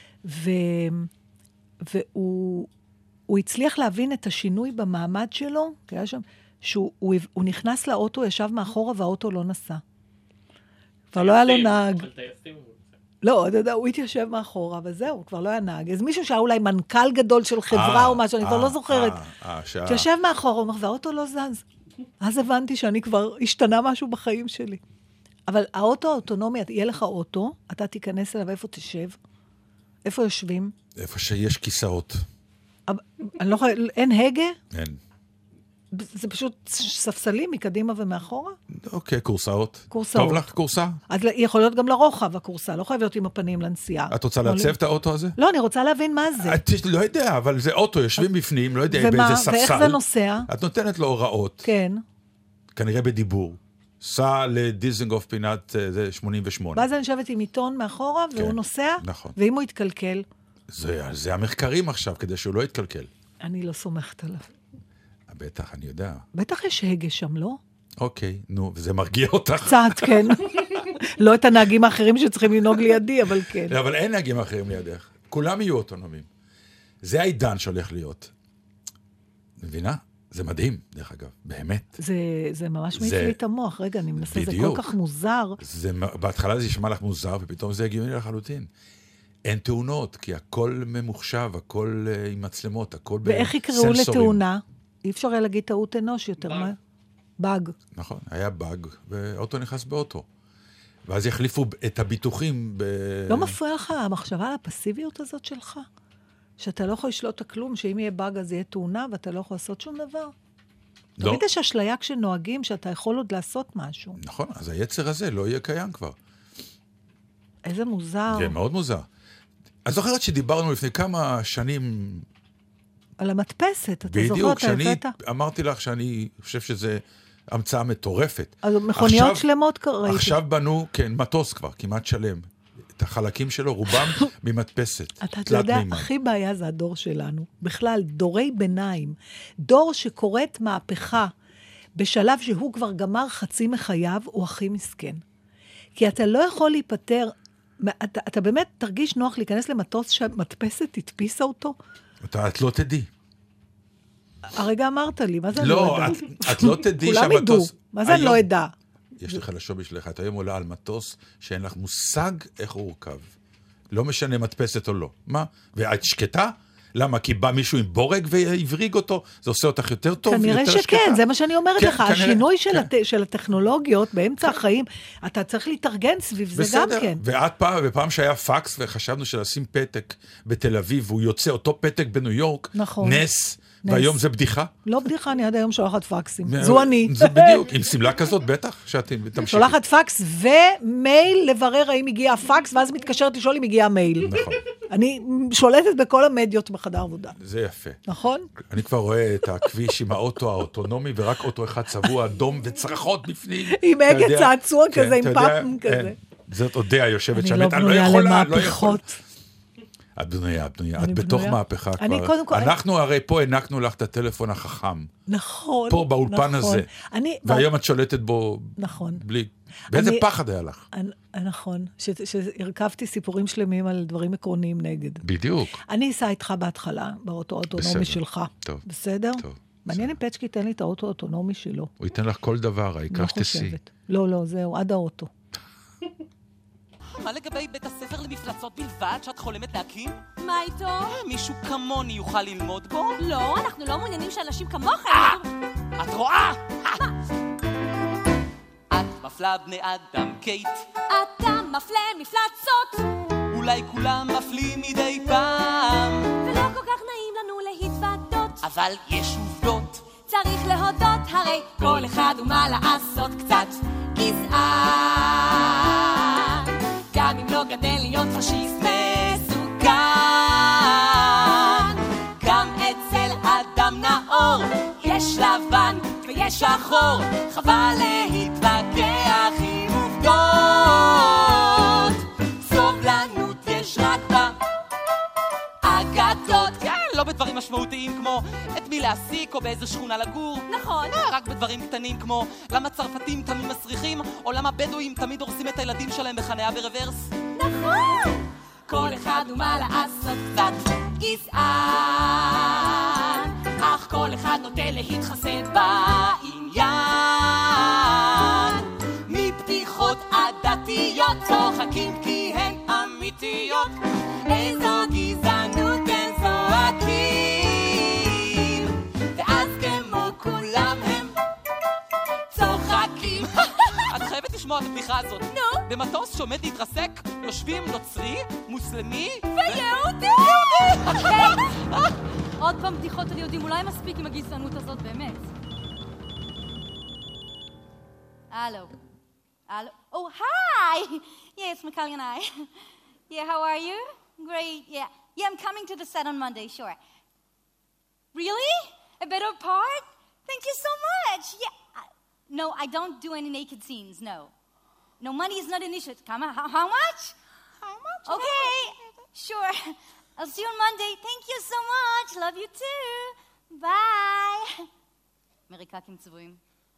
C: והוא הצליח להבין את השינוי במעמד שלו, כי היה שם, שהוא נכנס לאוטו, ישב מאחורה, והאוטו לא נסע. כבר לא היה לו נהג. לא, אתה יודע, הוא התיישב מאחורה, וזהו, הוא כבר לא היה נהג. אז מישהו שהיה אולי מנכ"ל גדול של חברה או משהו, אני כבר לא זוכרת. תיישב מאחורה, הוא אומר, והאוטו לא זז. אז הבנתי שאני כבר השתנה משהו בחיים שלי. אבל האוטו האוטונומי, יהיה לך אוטו, אתה תיכנס אליו, איפה תשב? איפה יושבים?
A: איפה שיש כיסאות.
C: אני לא יכולה, אין הגה?
A: אין.
C: זה פשוט ספסלים מקדימה ומאחורה?
A: אוקיי, קורסאות.
C: קורסאות.
A: טוב לך קורסה?
C: אז יכול להיות גם לרוחב הקורסה, לא חייב להיות עם הפנים לנסיעה.
A: את רוצה לעצב את האוטו הזה?
C: לא, אני רוצה להבין מה זה.
A: לא יודע, אבל זה אוטו, יושבים בפנים, לא יודע באיזה ספסל.
C: ואיך זה נוסע?
A: את נותנת לו הוראות.
C: כן.
A: כנראה בדיבור. סע לדיזנגוף פינת 88.
C: ואז אני יושבת עם עיתון מאחורה, והוא נוסע?
A: נכון.
C: ואם הוא יתקלקל?
A: זה המחקרים עכשיו, כדי שהוא לא יתקלקל.
C: אני לא סומכת עליו.
A: בטח, אני יודע.
C: בטח יש הגה שם, לא?
A: אוקיי, נו, וזה מרגיע אותך.
C: קצת, כן. לא את הנהגים האחרים שצריכים לנהוג לידי, אבל כן.
A: אבל אין נהגים אחרים לידך. כולם יהיו אוטונומיים. זה העידן שהולך להיות. מבינה? זה מדהים, דרך אגב, באמת.
C: זה ממש מעיף לי את המוח. רגע, אני מנסה, זה כל כך מוזר.
A: בהתחלה זה ישמע לך מוזר, ופתאום זה הגיוני לחלוטין. אין תאונות, כי הכל ממוחשב, הכל עם מצלמות, הכל בסנסורים.
C: ואיך יקראו לתאונה? אי אפשר היה להגיד טעות אנוש יותר, מה? באג.
A: נכון, היה באג, ואוטו נכנס באוטו. ואז יחליפו את הביטוחים
C: לא מפריע לך המחשבה על הפסיביות הזאת שלך? שאתה לא יכול לשלוט את הכלום, שאם יהיה באג אז יהיה תאונה, ואתה לא יכול לעשות שום דבר? לא. תמיד יש אשליה כשנוהגים, שאתה יכול עוד לעשות משהו.
A: נכון, אז היצר הזה לא יהיה קיים כבר.
C: איזה מוזר.
A: כן, מאוד מוזר. אז זוכרת שדיברנו לפני כמה שנים...
C: על המדפסת, אתה זוכרת?
A: בדיוק, שאני אמרתי לך שאני חושב שזה המצאה מטורפת.
C: אז מכוניות שלמות ראיתי.
A: עכשיו בנו, כן, מטוס כבר, כמעט שלם. את החלקים שלו, רובם ממדפסת.
C: אתה יודע, הכי בעיה זה הדור שלנו. בכלל, דורי ביניים. דור שקוראת מהפכה בשלב שהוא כבר גמר חצי מחייו, הוא הכי מסכן. כי אתה לא יכול להיפטר, אתה באמת תרגיש נוח להיכנס למטוס שהמדפסת תדפיסה אותו?
A: את לא תדעי.
C: הרגע אמרת לי, מה זה
A: לא, את לא תדעי שהמטוס...
C: כולם ידעו, מה זה אני לא אדע?
A: יש לך לשאול בשבילך, את היום עולה על מטוס שאין לך מושג איך הוא הורכב. לא משנה מדפסת או לא. מה? ואת שקטה? למה? כי בא מישהו עם בורג והבריג אותו? זה עושה אותך יותר טוב, יותר שקטה?
C: כנראה שכן, זה מה שאני אומרת לך. השינוי של הטכנולוגיות באמצע החיים, אתה צריך להתארגן סביב זה גם כן.
A: ופעם שהיה פקס וחשבנו שלשים פתק בתל אביב, והוא יוצא אותו פתק בניו יורק, נס, והיום זה בדיחה?
C: לא בדיחה, אני עד היום שולחת פקסים. זו אני.
A: זה בדיוק, עם סמלה כזאת בטח, שאתם תמשיכי.
C: שולחת פקס ומייל לברר האם הגיע הפקס, ואז מתקשרת לשאול אם הגיע המייל.
A: נכון.
C: אני שולטת בכל המדיות בחדר עבודה.
A: זה יפה.
C: נכון?
A: אני כבר רואה את הכביש עם האוטו האוטונומי, ורק אוטו אחד צבוע, אדום וצרחות בפנים.
C: עם הגה צעצוע כזה, עם פאפים כזה.
A: זאת אודיה יושבת שם,
C: אני לא בנויה למהפכות.
A: את בנויה, את בתוך מהפכה כבר. אנחנו הרי פה הענקנו לך את הטלפון החכם.
C: נכון.
A: פה באולפן הזה. והיום את שולטת בו בלי... באיזה פחד היה לך?
C: נכון, שהרכבתי סיפורים שלמים על דברים עקרוניים נגד.
A: בדיוק.
C: אני אסע איתך בהתחלה, באוטו האוטונומי שלך.
A: טוב.
C: בסדר? טוב. מעניין אם פצ'קי ייתן לי את האוטו האוטונומי שלו.
A: הוא ייתן לך כל דבר, העיקר שתסי.
C: לא, זהו, עד האוטו.
E: מה לגבי בית הספר למפלצות בלבד שאת חולמת להקים?
F: מה איתו?
E: מישהו כמוני יוכל ללמוד בו?
F: לא, אנחנו לא מעוניינים שאנשים כמוכם.
E: את רואה? את מפלה בני אדם, קייט.
F: אתה מפלה מפלצות.
E: אולי כולם מפלים מדי פעם.
F: ולא כל כך נעים לנו להתוודות.
E: אבל יש עובדות.
F: צריך להודות, הרי כל אחד ומה לעשות קצת גזען. גם אם לא גדל להיות פשיסט מסוכן. גם אצל אדם נאור יש לבן ויש שחור. חבל להתווכח עם עובדות. סובלנות יש רק באגדות.
E: כן, לא בדברים משמעותיים כמו את מי להסיק או באיזה שכונה לגור.
F: נכון.
E: רק בדברים קטנים כמו למה צרפתים תמיד מסריחים או למה בדואים תמיד הורסים את הילדים שלהם בחניה ברוורס.
F: נכון. כל אחד ומה לעשות קצת גזען. אך כל אחד נוטה להתחסד בעניין. מפתיחות עדתיות צוחקים כי הן אמיתיות. איזו גזענות הן זועקים. ואז כמו כולם הם צוחקים.
E: את חייבת לשמוע את הבדיחה הזאת.
F: נו?
E: במטוס שעומד להתרסק יושבים נוצרי, מוסלמי
F: ויהודי! עוד פעם בדיחות על יהודים, אולי מספיק עם הגזענות הזאת באמת. Hello. Oh, hi! Yeah, it's Macaulay and I. Yeah, how are you? Great, yeah. Yeah, I'm coming to the set on Monday, sure. Really? A better part? Thank you so much. Yeah. No, I don't do any naked scenes, no. No, money is not an issue. Come on, how much? How much? Okay, sure. I'll see you on Monday. Thank you so much. Love you too. Bye. מריקקים צבועים.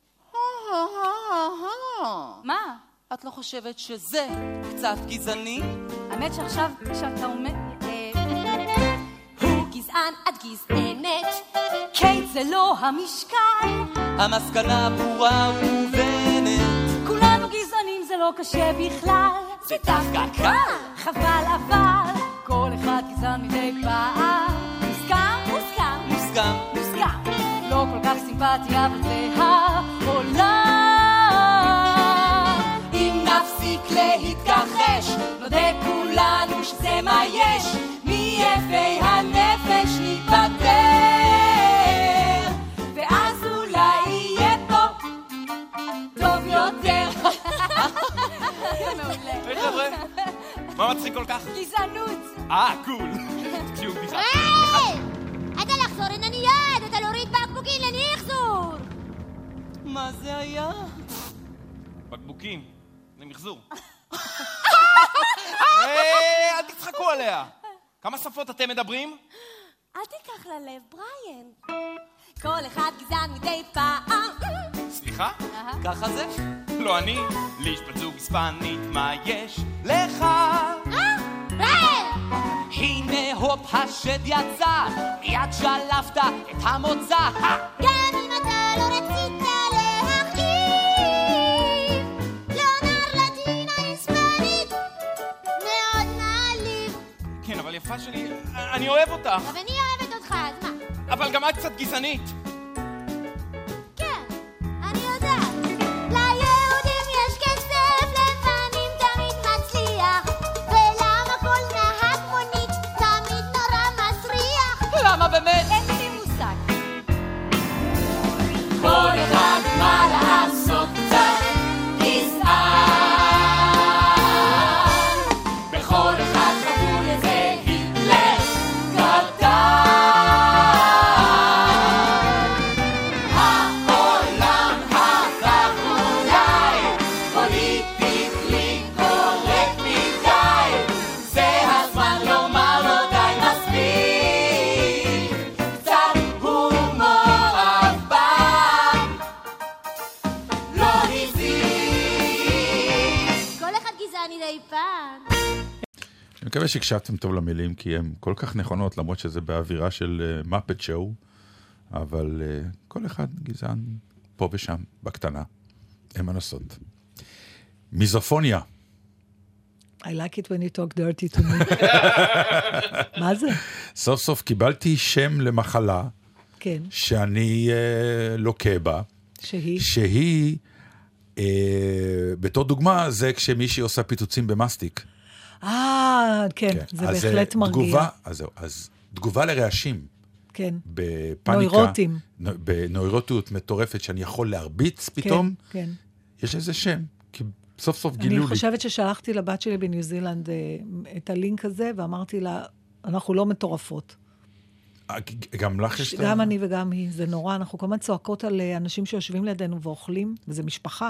F: מה?
E: את לא חושבת שזה קצת גזעני?
F: האמת שעכשיו כשאתה אומר... הוא גזען, את גזענת. קייט זה לא המשקל.
E: המסקנה ברורה ומובנת.
F: כולנו גזענים, זה לא קשה בכלל.
E: זה דווקא קל.
F: חבל אבל כל אחד גזען מדי פעם. מוסכם? מוסכם.
E: מוסכם.
F: מוסכם. לא כל כך סימפטי אבל זה העולם. אם נפסיק להתכחש נודה כולנו שזה מה יש. מיפי הנפש נתבטר ואז אולי יהיה פה טוב יותר.
G: היי חבר'ה, מה מצחיק כל כך?
F: גזענות.
G: קול. תקשיבו בדיחה.
H: היי! אתה לחזור ענניות, אתה להוריד בקבוקים לנחזור.
E: מה זה היה?
G: בקבוקים, למחזור. אל תצחקו עליה. כמה שפות אתם מדברים?
F: אל תיקח ללב, בריין. כל אחד גזען מדי פעם.
G: סליחה?
E: ככה זה?
G: לא אני, לי יש בת זוג היספנית, מה יש לך?
H: בריין!
E: הנה הופ השד יצא, מיד שלפת את המוצא.
H: גם אם אתה לא רצית להחליף, לא נער לטינה היספנית, מאוד נעליב.
G: כן, אבל יפה שלי, אני אוהב אותך.
H: אבל אני אוהבת אותך, אז מה?
G: אבל גם את קצת גזענית.
H: כן, אני יודעת. ליהודים יש כסף, לפעמים תמיד מצליח. ולמה כל נהג מונית תמיד נורא מסריח?
E: למה באמת?
F: אין לי מושג.
A: מקווה שהקשבתם טוב למילים, כי הן כל כך נכונות, למרות שזה באווירה של מפט שואו, אבל כל אחד גזען פה ושם, בקטנה. אין מה לעשות. מיזופוניה.
C: I like it when you talk dirty to me. מה זה?
A: סוף סוף קיבלתי שם למחלה,
C: כן.
A: שאני לוקה בה. שהיא, בתור דוגמה, זה כשמישהי עושה פיצוצים במסטיק.
C: כן, זה בהחלט מרגיע.
A: אז תגובה לרעשים.
C: כן.
A: בפניקה.
C: נוירוטים.
A: בנוירוטיות מטורפת שאני יכול להרביץ פתאום.
C: כן.
A: יש איזה שם, כי סוף סוף גילו לי.
C: אני חושבת ששלחתי לבת שלי בניו זילנד את הלינק הזה, ואמרתי לה, אנחנו לא מטורפות.
A: גם לך יש...
C: גם אני וגם היא, זה נורא. אנחנו כל הזמן צועקות על אנשים שיושבים לידינו ואוכלים, וזה משפחה.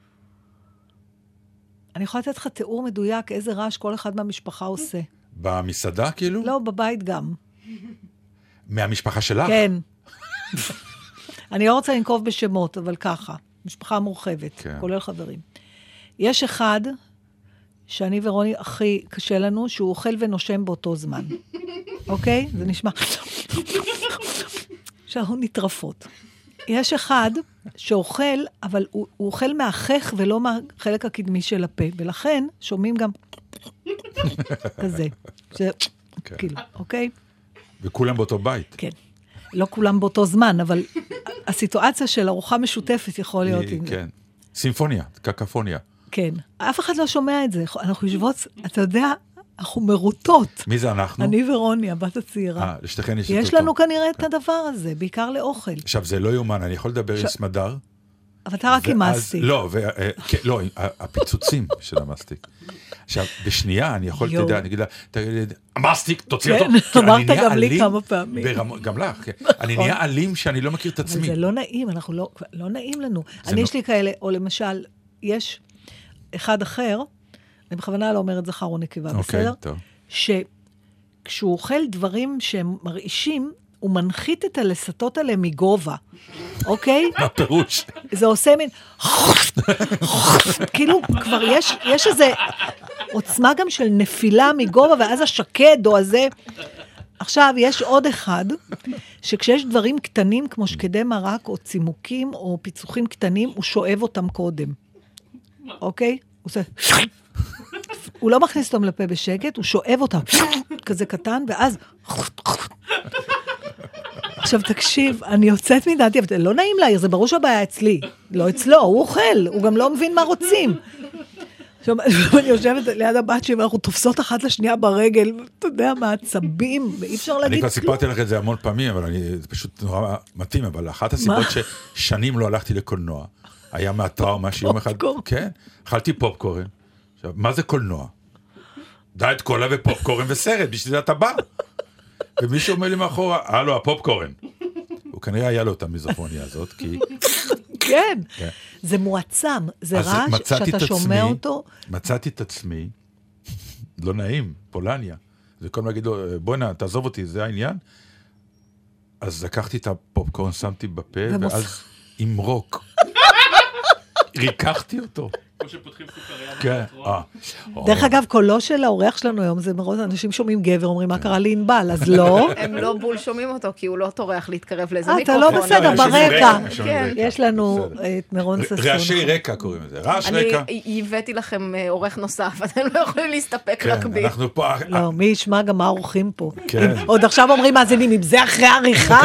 C: אני יכולה לתת לך תיאור מדויק איזה רעש כל אחד מהמשפחה עושה.
A: במסעדה כאילו?
C: לא, בבית גם.
A: מהמשפחה שלך?
C: כן. אני לא רוצה לנקוב בשמות, אבל ככה. משפחה מורחבת, כן. כולל חברים. יש אחד שאני ורוני הכי קשה לנו, שהוא אוכל ונושם באותו זמן. אוקיי? זה נשמע... שאנחנו נטרפות. יש אחד שאוכל, אבל הוא אוכל מהחך ולא מהחלק הקדמי של הפה, ולכן שומעים גם כזה. כאילו, אוקיי?
A: וכולם באותו בית.
C: כן. לא כולם באותו זמן, אבל הסיטואציה של ארוחה משותפת יכול להיות...
A: כן. סימפוניה, קקפוניה.
C: כן. אף אחד לא שומע את זה. אנחנו יושבות, אתה יודע, אנחנו מרוטות.
A: מי זה אנחנו?
C: אני ורוני, הבת הצעירה.
A: לשתכן
C: יש לנו כנראה את הדבר הזה, בעיקר לאוכל.
A: עכשיו, זה לא יומן, אני יכול לדבר עם סמדר.
C: אבל אתה רק עם מסטיק.
A: לא, הפיצוצים של המסטיק. עכשיו, בשנייה אני יכול, תגיד לה, המסטיק, תוציא אותו.
C: אמרת גם לי כמה פעמים.
A: גם לך, אני נהיה אלים שאני לא מכיר את עצמי.
C: אבל זה לא נעים, אנחנו לא נעים לנו. אני יש לי כאלה, או למשל, יש אחד אחר, אני בכוונה לא אומרת זכר או נקבה, בסדר? שכשהוא אוכל דברים שהם מרעישים, הוא מנחית את הלסתות עליהם מגובה, אוקיי?
A: מה פירוש?
C: זה עושה מין... כאילו, כבר יש איזה עוצמה גם של נפילה מגובה, ואז השקד או הזה... עכשיו, יש עוד אחד, שכשיש דברים קטנים, כמו שקדי מרק או צימוקים או פיצוחים קטנים, הוא שואב אותם קודם. אוקיי? הוא עושה... הוא לא מכניס אותם לפה בשקט, הוא שואב אותם כזה קטן, ואז... עכשיו תקשיב, אני יוצאת מדעתי, אבל לא נעים להעיר, זה ברור שהבעיה אצלי. לא אצלו, הוא אוכל, הוא גם לא מבין מה רוצים. עכשיו, אני יושבת ליד הבת שלי, ואנחנו תופסות אחת לשנייה ברגל, אתה יודע, מעצבים, ואי אפשר להגיד
A: אני כבר סיפרתי לך את זה המון פעמים, אבל זה פשוט נורא מתאים, אבל אחת הסיבות ששנים לא הלכתי לקולנוע, היה מהטראומה שיום אחד... כן, אכלתי פופקורן. עכשיו, מה זה קולנוע? דיאט קולה ופופקורן וסרט, בשביל זה אתה בא. ומישהו אומר לי מאחורה, לו, הפופקורן. הוא כנראה היה לו את המיזופוניה הזאת, כי...
C: כן, זה מועצם, זה רעש שאתה שומע אותו.
A: מצאתי את עצמי, לא נעים, פולניה. זה כל מה להגיד לו, בואי נה, תעזוב אותי, זה העניין. אז לקחתי את הפופקורן, שמתי בפה, ואז עם רוק. ריקחתי אותו.
I: כמו שפותחים סוכריה.
A: כן.
C: דרך אגב, קולו של האורח שלנו היום, זה מאוד, אנשים שומעים גבר, אומרים, מה קרה לי ענבל, אז לא.
B: הם לא בול שומעים אותו, כי הוא לא טורח להתקרב לאיזה מיקרופון.
C: אתה לא בסדר, ברקע. יש לנו את מירון ססון.
A: רעשי רקע קוראים לזה, רעש רקע.
B: אני הבאתי לכם עורך נוסף, אתם לא יכולים להסתפק רק בי.
A: אנחנו פה...
C: לא, מי ישמע גם מה עורכים פה. עוד עכשיו אומרים מאזינים, אם זה אחרי עריכה.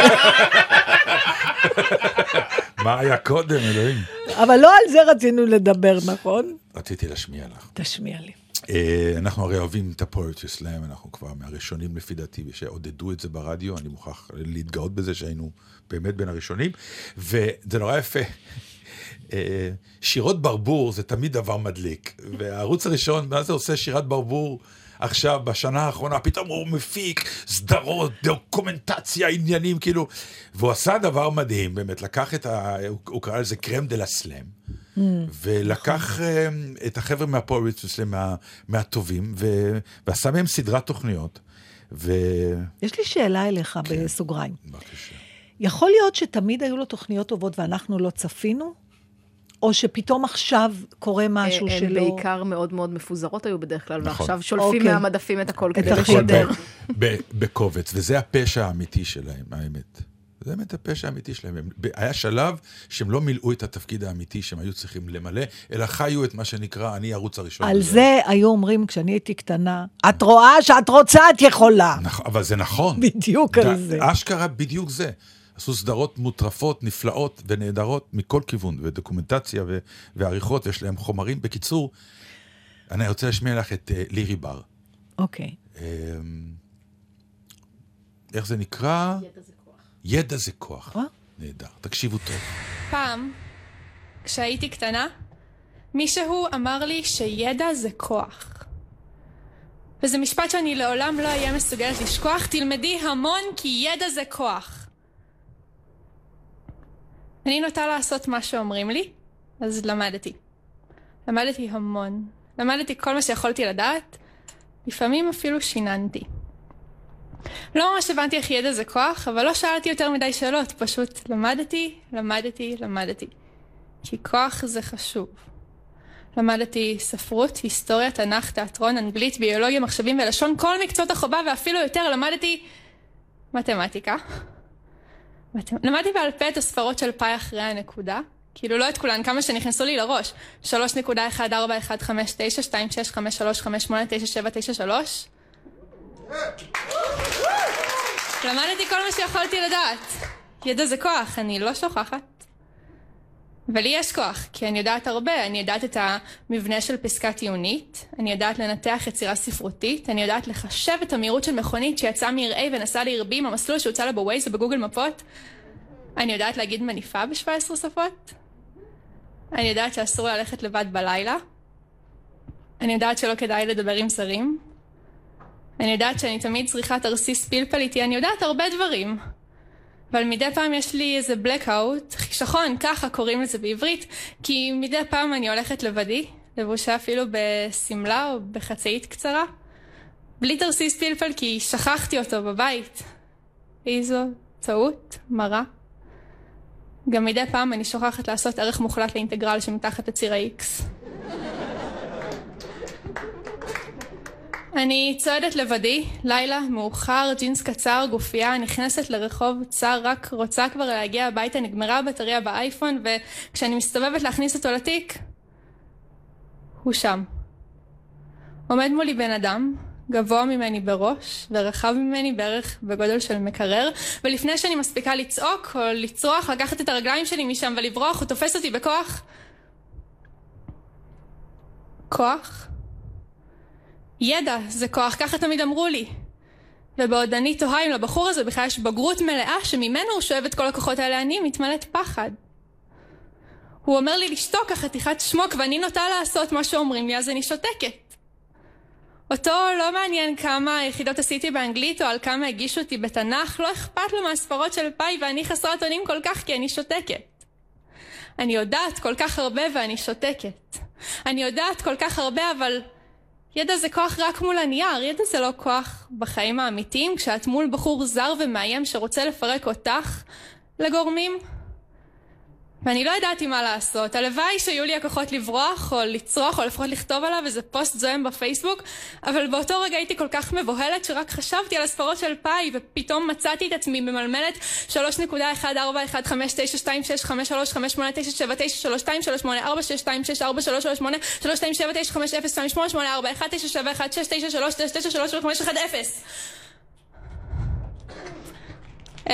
A: מה היה קודם, אלוהים?
C: אבל לא על זה רצינו לדבר, נכון?
A: רציתי להשמיע לך.
C: תשמיע לי.
A: אנחנו הרי אוהבים את הפואטרי סלאם, אנחנו כבר מהראשונים לפי דעתי, שעודדו את זה ברדיו, אני מוכרח להתגאות בזה שהיינו באמת בין הראשונים, וזה נורא יפה. שירות ברבור זה תמיד דבר מדליק, והערוץ הראשון, מה זה עושה שירת ברבור עכשיו, בשנה האחרונה, פתאום הוא מפיק סדרות, דוקומנטציה, עניינים, כאילו, והוא עשה דבר מדהים, באמת, לקח הוא קרא לזה קרם דה לסלאם, ולקח את החבר'ה מהפואטרי סלאם, מהטובים, ועשה מהם סדרת תוכניות.
C: יש לי שאלה אליך בסוגריים. יכול להיות שתמיד היו לו תוכניות טובות, ואנחנו לא צפינו? או שפתאום עכשיו קורה משהו שלא...
B: הן בעיקר מאוד מאוד מפוזרות היו בדרך כלל, ועכשיו שולפים מהמדפים את הכל כדי לשדר.
A: בקובץ, וזה הפשע האמיתי שלהם, האמת. זה באמת הפשע האמיתי שלהם. היה שלב שהם לא מילאו את התפקיד האמיתי שהם היו צריכים למלא, אלא חיו את מה שנקרא, אני ערוץ הראשון.
C: על זה היו אומרים, כשאני הייתי קטנה, את רואה שאת רוצה, את יכולה.
A: אבל זה נכון.
C: בדיוק על זה.
A: אשכרה בדיוק זה. עשו סדרות מוטרפות, נפלאות ונהדרות מכל כיוון, ודוקומנטציה ועריכות, ויש להם חומרים. בקיצור, אני רוצה להשמיע לך את לירי בר.
C: אוקיי.
A: איך זה נקרא? ידע זה כוח. נהדר, תקשיבו טוב.
I: פעם, כשהייתי קטנה, מישהו אמר לי שידע זה כוח. וזה משפט שאני לעולם לא אהיה מסוגלת לשכוח. תלמדי המון כי ידע זה כוח. אני נוטה לעשות מה שאומרים לי, אז למדתי. למדתי המון. למדתי כל מה שיכולתי לדעת, לפעמים אפילו שיננתי. לא ממש הבנתי איך ידע זה כוח, אבל לא שאלתי יותר מדי שאלות, פשוט למדתי. כי כוח זה חשוב. למדתי ספרות, היסטוריה, תנ"ך, תיאטרון, אנגלית, ביולוגיה, מחשבים ולשון, כל מקצועות החובה ואפילו יותר. למדתי מתמטיקה. למדתי בעל פה את הספרות של פאי אחרי הנקודה. כאילו לא את כולן, כמה שנכנסו לי לראש. 3.141592653589793. למדתי כל מה שיכולתי לדעת. ידע זה כוח, אני לא שוכחת. ולי יש כוח, כי אני יודעת הרבה. אני יודעת את המבנה של פסקה טיעונית, אני יודעת לנתח יצירה ספרותית, אני יודעת לחשב את המהירות של מכונית שיצאה מ-A ונסעה ל-B המסלול שהוצא לה בווייז ובגוגל מפות. אני יודעת להגיד מניפה ב-17 שפות. אני יודעת שאסור ללכת לבד בלילה. אני יודעת שלא כדאי לדבר עם זרים. אני יודעת שאני תמיד צריכה תרסיס פלפל איתי, אני יודעת הרבה דברים. אבל מדי פעם יש לי איזה blackout, חישכון, ככה קוראים לזה בעברית, כי מדי פעם אני הולכת לבדי, לבושה אפילו בסמלה או בחצאית קצרה, בלי תרסיס פלפל כי שכחתי אותו בבית. איזו טעות, מרה. גם מדי פעם אני שוכחת לעשות ערך מוחלט לאינטגרל שמתחת לציר ה-X. אני צועדת לבדי, לילה, מאוחר, ג'ינס קצר, גופייה, נכנסת לרחוב צר, רק רוצה כבר להגיע הביתה, נגמרה הבטריה באייפון, וכשאני מסתובבת להכניס אותו לתיק, הוא שם. עומד מולי בן אדם, גבוה ממני בראש, ורחב ממני בערך בגודל של מקרר, ולפני שאני מספיקה לצעוק או לצרוח, לקחת את הרגליים שלי משם ולברוח, הוא תופס אותי בכוח. כוח? ידע זה כוח, ככה תמיד אמרו לי. ובעוד אני תוהה אם לבחור הזה בכלל יש בגרות מלאה שממנו הוא שואב את כל הכוחות האלה, אני מתמלאת פחד. הוא אומר לי לשתוק החתיכת שמוק ואני נוטה לעשות מה שאומרים לי, אז אני שותקת. אותו לא מעניין כמה יחידות עשיתי באנגלית או על כמה הגישו אותי בתנ"ך, לא אכפת לו מהספרות של פאי ואני חסרת אונים כל כך כי אני שותקת. אני יודעת כל כך הרבה ואני שותקת. אני יודעת כל כך הרבה אבל... ידע זה כוח רק מול הנייר, ידע זה לא כוח בחיים האמיתיים, כשאת מול בחור זר ומאיים שרוצה לפרק אותך לגורמים. ואני לא ידעתי מה לעשות, הלוואי שיהיו לי הכוחות לברוח או לצרוח או לפחות לכתוב עליו איזה פוסט זוהם בפייסבוק, אבל באותו רגע הייתי כל כך מבוהלת שרק חשבתי על הספרות של פאי, ופתאום מצאתי את עצמי במלמלת 3.145926892727382746273828510.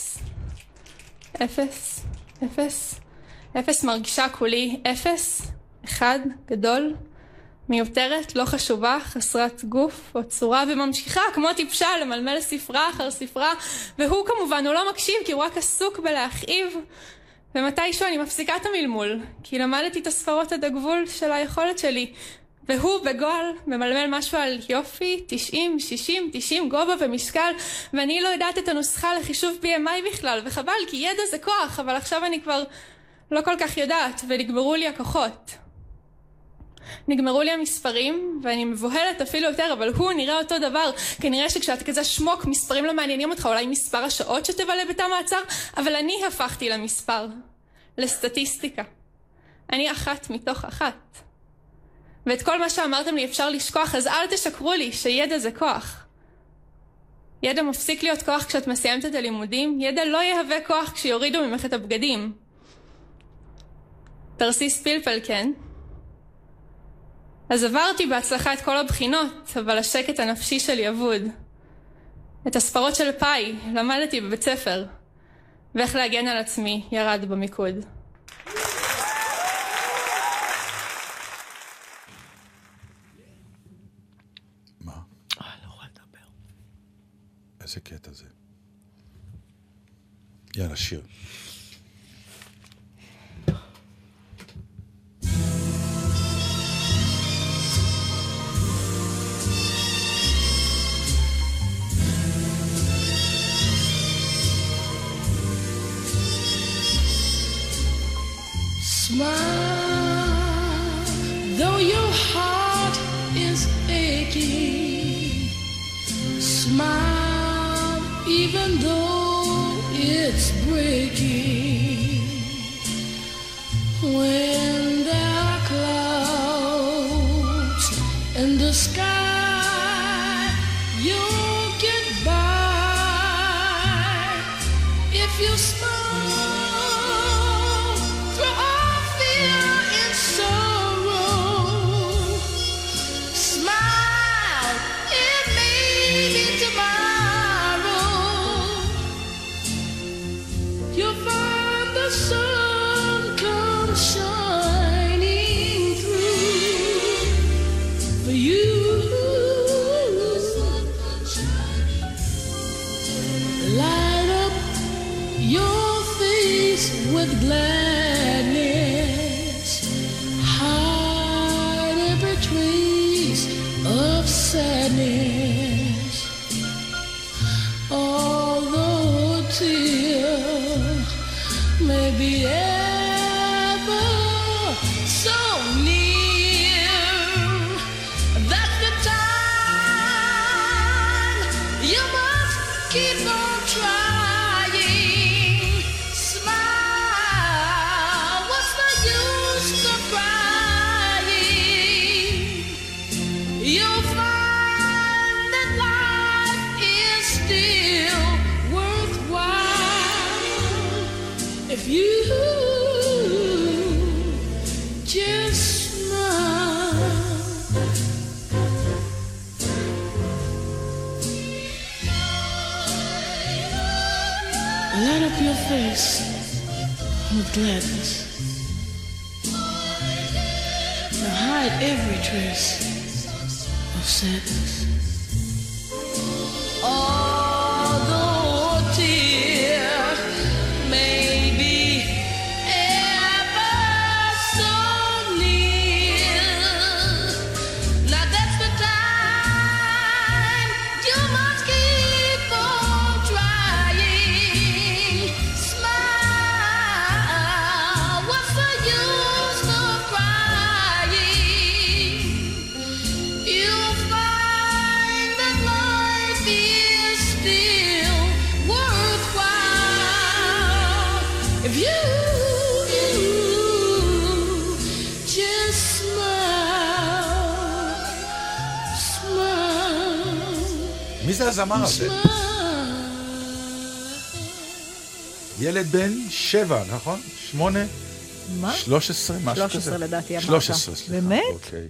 I: אפס מרגישה כולי אפס, אחד, גדול, מיותרת, לא חשובה, חסרת גוף או צורה, וממשיכה כמו טיפשה למלמל ספרה אחר ספרה, והוא כמובן, הוא לא מקשיב כי הוא רק עסוק בלהכאיב, ומתישהו אני מפסיקה את המלמול, כי למדתי את הספרות עד הגבול של היכולת שלי, והוא בגול ממלמל משהו על יופי, 90, 60, 90, גובה ומשקל, ואני לא יודעת את הנוסחה לחישוב BMI בכלל, וחבל כי ידע זה כוח, אבל עכשיו אני כבר לא כל כך יודעת, ונגמרו לי הכוחות. נגמרו לי המספרים, ואני מבוהלת אפילו יותר, אבל הוא נראה אותו דבר. כנראה שכשאת כזה שמוק, מספרים לא מעניינים אותך, אולי מספר השעות שתבלה בתא מעצר, אבל אני הפכתי למספר, לסטטיסטיקה. אני אחת מתוך אחת. ואת כל מה שאמרתם לי אפשר לשכוח, אז אל תשקרו לי שידע זה כוח. ידע מפסיק להיות כוח כשאת מסיימת את הלימודים, ידע לא יהווה כוח כשיורידו ממך את הבגדים. תרסיס פלפל, כן? אז עברתי בהצלחה את כל הבחינות, אבל השקט הנפשי שלי אבוד. את הספרות של פאי למדתי בבית ספר, ואיך להגן על עצמי ירד במיקוד.
A: מה?
C: לא יכולה לדבר.
A: איזה קטע זה? יאללה, שיר.
J: Smile, though your heart is aching. Smile, even though it's breaking. When there are clouds in the sky, you'll get by if you smile. Gladness, hide every trace of sadness. Although a tear may be ever so near, that's the time you must keep on trying. If you just smile, light up your face with gladness. Now hide every trace of sadness. Although a tear may
A: מי זה הזמר הזה? ילד בן 7, נכון? 8?
C: מה?
A: 13? משהו כזה?
B: 13 לדעתי אמרת.
A: 13, סליחה.
C: באמת?
A: אוקיי.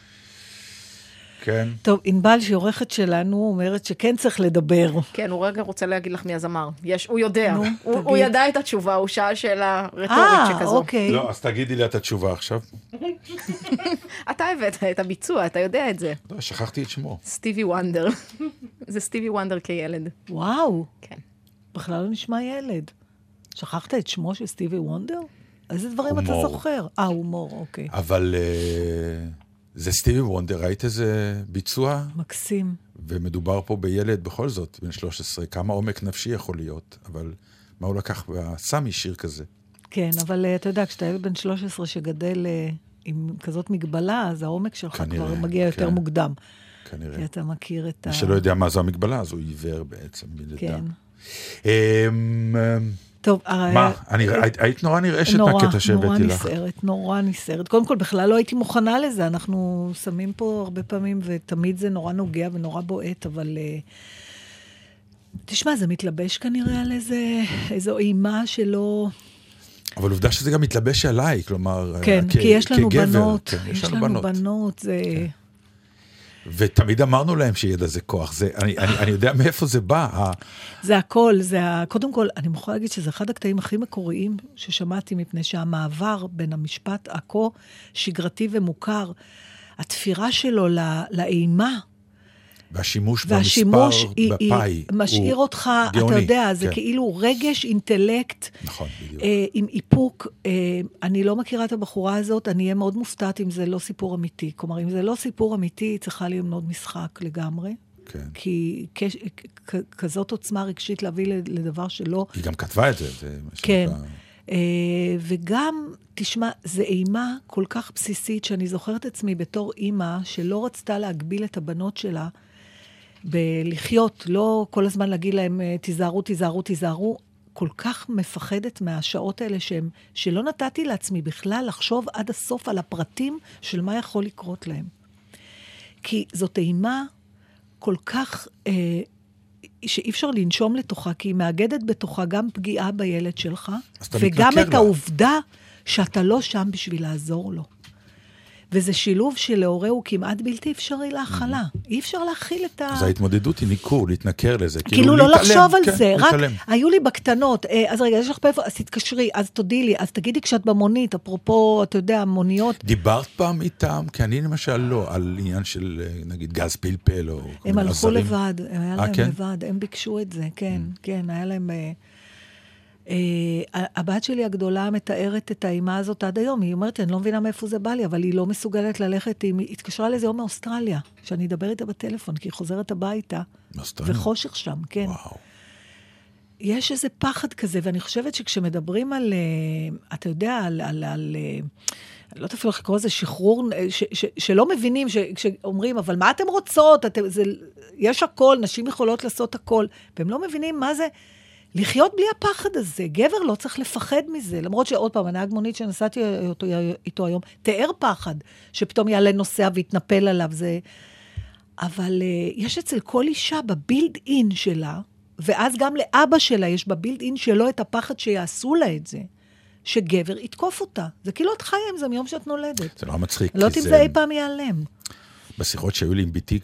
A: כן.
C: טוב, ענבל שעורכת שלנו אומרת שכן צריך לדבר.
B: כן, הוא רגע רוצה להגיד לך מי הזמר. הוא יודע. הוא ידע את התשובה, הוא שאל שאלה רטורית שכזו.
C: אוקיי.
A: לא, אז תגידי לי את התשובה עכשיו.
B: אתה הבאת את הביצוע, אתה יודע את זה.
A: לא, שכחתי את שמו.
B: סטיבי וונדר. זה סטיבי וונדר כילד.
C: וואו.
B: כן.
C: בכלל לא נשמע ילד. שכחת את שמו של סטיבי וונדר? איזה דברים אתה זוכר? הומור, אוקיי.
A: אבל זה סטיבי וונדר, ראית איזה ביצוע?
C: מקסים.
A: ומדובר פה בילד בכל זאת, בן 13, כמה עומק נפשי יכול להיות, אבל מה הוא לקח ועשה משיר כזה?
C: כן, אבל אתה יודע, כשאתה ילד בן 13 שגדל עם כזאת מגבלה, אז העומק שלך כבר מגיע יותר מוקדם.
A: כנראה.
C: כי אתה מכיר את
A: מי שלא יודע מה זו המגבלה, אז הוא עיוור בעצם, מלידה.
C: כן. טוב,
A: מה? היית נורא נרעשת מהקטע שהבאתי לך.
C: נורא נסערת. קודם כל, בכלל לא הייתי מוכנה לזה. אנחנו שמים פה הרבה פעמים, ותמיד זה נורא נוגע ונורא בועט, אבל... תשמע, זה מתלבש כנראה על איזו אימה שלא...
A: אבל עובדה שזה גם מתלבש עליי, כלומר...
C: כן, כי יש לנו בנות. יש לנו בנות, זה...
A: ותמיד אמרנו להם שידע זה כוח. אני יודע מאיפה זה בא.
C: זה הכל, קודם כל, אני מוכרחה להגיד שזה אחד הקטעים הכי מקוריים ששמעתי, מפני שהמעבר בין המשפט הכה שגרתי ומוכר, התפירה שלו לאימה,
A: והשימוש במספר בפאי.
C: משאיר אותך, אתה יודע, זה כאילו רגש, אינטלקט,
A: נכון, בדיוק.
C: עם איפוק. אני לא מכירה את הבחורה הזאת, אני אהיה מאוד מופתעת אם זה לא סיפור אמיתי. כלומר, אם זה לא סיפור אמיתי, צריכה למנות משחק לגמרי.
A: כן.
C: כי כזאת עוצמה רגשית להביא לדבר שלא...
A: היא גם כתבה את זה.
C: כן. וגם, תשמע, זה אימה כל כך בסיסית, שאני זוכרת עצמי בתור אימא, שלא רצתה להגביל את הבנות שלה, בלחיות, לא כל הזמן להגיד להם, תיזהרו, תיזהרו, תיזהרו, כל כך מפחדת מהשעות האלה שלא נתתי לעצמי בכלל לחשוב עד הסוף על הפרטים של מה יכול לקרות להם. כי זאת אימה כל כך, שאי אפשר לנשום לתוכה, כי היא מאגדת בתוכה גם פגיעה בילד שלך, וגם את העובדה שאתה לא שם בשביל לעזור לו. וזה שילוב שלהורה הוא כמעט בלתי אפשרי להכלה. אי אפשר להכיל את ה...
A: אז ההתמודדות היא ניכור, להתנכר לזה.
C: כאילו לא לחשוב על זה, רק היו לי בקטנות, אז רגע, יש לך פה, אז תתקשרי, אז תודי לי, אז תגידי כשאת במונית, אפרופו, אתה יודע, מוניות.
A: דיברת פעם איתם? כי אני למשל לא, על עניין של, נגיד, גז פלפל או...
C: הם הלכו לבד, היה להם לבד, הם ביקשו את זה, כן, כן, היה להם... הבת שלי הגדולה מתארת את האימה הזאת עד היום. היא אומרת, אני לא מבינה מאיפה זה בא לי, אבל היא לא מסוגלת ללכת. היא התקשרה לזה יום מאוסטרליה, שאני אדבר איתה בטלפון, כי היא חוזרת הביתה. וחושך שם, כן.
A: וואו.
C: יש איזה פחד כזה, ואני חושבת שכשמדברים על, אתה יודע, על לא תפעיל לך לקרוא לזה שחרור, שלא מבינים, שאומרים, אבל מה אתם רוצות? יש הכל, נשים יכולות לעשות הכל, והם לא מבינים מה זה... לחיות בלי הפחד הזה. גבר לא צריך לפחד מזה. למרות שעוד פעם, הנהג מונית שנסעתי איתו היום, תיאר פחד, שפתאום יעלה נוסע ויתנפל עליו. זה... אבל יש אצל כל אישה בבילד אין שלה, ואז גם לאבא שלה יש בבילד אין שלו את הפחד שיעשו לה את זה, שגבר יתקוף אותה. זה כאילו את חיה עם זה מיום שאת נולדת.
A: זה לא מצחיק.
C: לא תמצא אי פעם ייעלם.
A: בשיחות שהיו לי עם ביתי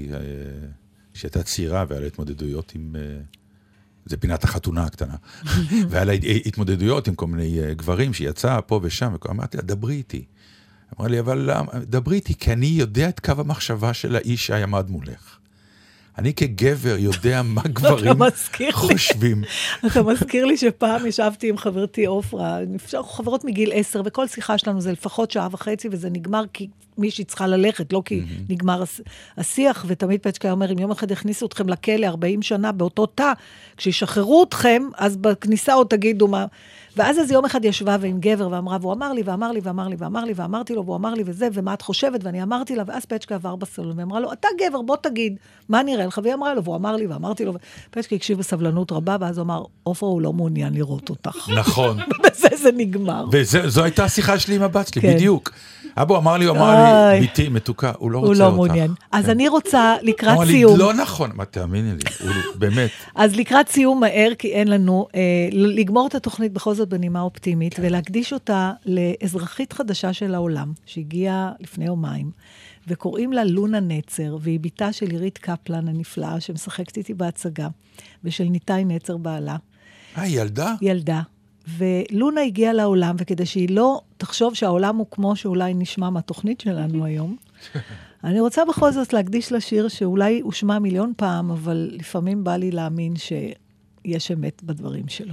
A: כשהייתה צעירה, והיה לה התמודדויות עם... זה פינת החתונה הקטנה. והיה לה התמודדויות עם כל מיני גברים שיצא פה ושם, ואמרתי לה, דברי איתי. אמרה לי, אבל דברי איתי, כי אני יודע את קו המחשבה של האיש שעמד מולך. אני כגבר יודע מה גברים חושבים.
C: אתה מזכיר לי שפעם ישבתי עם חברתי אופרה, חברות מגיל 10, וכל שיחה שלנו זה לפחות שעה וחצי, וזה נגמר כי מישהי צריכה ללכת, לא כי נגמר השיח, ותמיד פצ'קה אומר, אם יום אחד הכניסו אתכם לכלא 40 שנה באותו תא, כשישחררו אתכם, אז בכניסה עוד תגידו מה... ואז איזה יום אחד ישבה ועם גבר ואמרה, והוא אמר לי, ואמר לי, ואמר לי, ואמר לי, ואמרתי לו, והוא אמר לי וזה, ומה את חושבת, ואני אמרתי לה, ואז פצ'קה עבר בסלון, ואמרה לו, אתה גבר, בוא תגיד, מה נראה לך? והיא אמרה לו, והוא אמר לי, ואמרתי לו, פצ'קה הקשיב בסבלנות רבה, ואז הוא אמר, עופרה, הוא לא מעוניין לראות אותך.
A: נכון.
C: ובזה זה נגמר.
A: וזו הייתה השיחה שלי עם הבת שלי, בדיוק. אבו אמר לי, ביתי מתוקה, הוא לא רוצה אותך.
C: הוא לא מעוניין. אז אני רוצה לקראת סיום.
A: לא נכון, מה תאמיני לי, באמת.
C: אז לקראת סיום מהר, כי אין לנו, לגמור את התוכנית בכל זאת בנימה אופטימית, ולהקדיש אותה לאזרחית חדשה של העולם, שהגיעה לפני יומיים, וקוראים לה לונה נצר, והיא ביתה של עירית קפלן הנפלאה, שמשחקת איתי בהצגה, ושל ניתאי נצר בעלה.
A: ילדה?
C: ילדה. ולונה הגיעה לעולם, וכדי שהיא לא תחשוב שהעולם הוא כמו שאולי נשמע מהתוכנית שלנו היום, אני רוצה בכל זאת להקדיש לשיר שאולי הוא שמע מיליון פעם, אבל לפעמים בא לי להאמין שיש אמת בדברים שלו.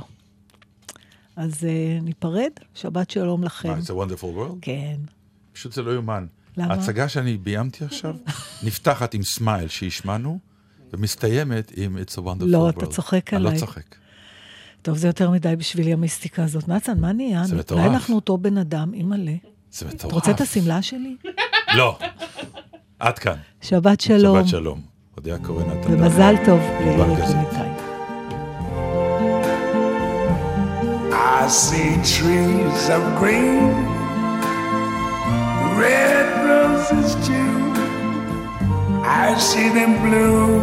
C: אז ניפרד, שבת שלום לכם.
A: It's a wonderful world?
C: כן.
A: פשוט זה לא יומן.
C: למה?
A: ההצגה שאני ביימתי עכשיו, נפתחת עם סמייל שישמענו, ומסתיימת עם It's a wonderful world.
C: לא, אתה צוחק עליי.
A: אני לא צוחק.
C: טוב, זה יותר מדי בשבילי המיסטיקה הזאת. נצן, מה נהיה?
A: זה מטורף.
C: אולי אנחנו אותו בן אדם, אימא'לה.
A: זה מטורף.
C: אתה רוצה את הסמלה שלי?
A: לא. עד כאן.
C: שבת שלום.
A: שבת שלום. הודיה קורן.
C: ומזל טוב.
K: I see trees of green, red roses too. I see them bloom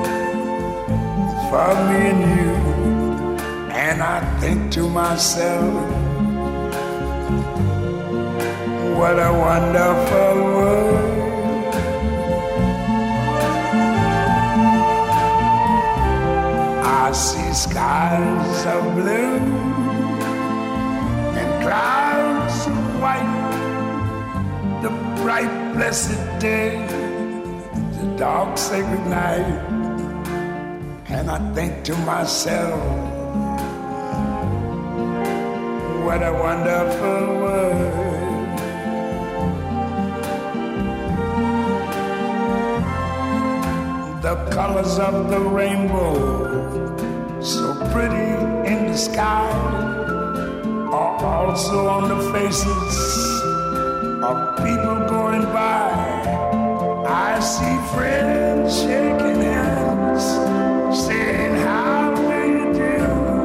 K: for me and you. And I think to myself, what a wonderful world. I see skies of blue and clouds of white, the bright blessed day, the dark sacred night. And I think to myself, what a wonderful world. The colors of the rainbow, so pretty in the sky, are also on the faces of people going by. I see friends shaking hands, saying how do you do.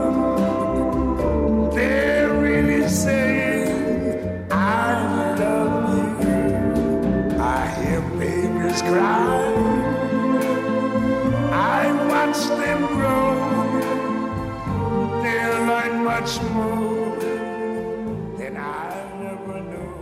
K: They're really saying I love you. I hear babies cry, I watch them grow. They'll learn much more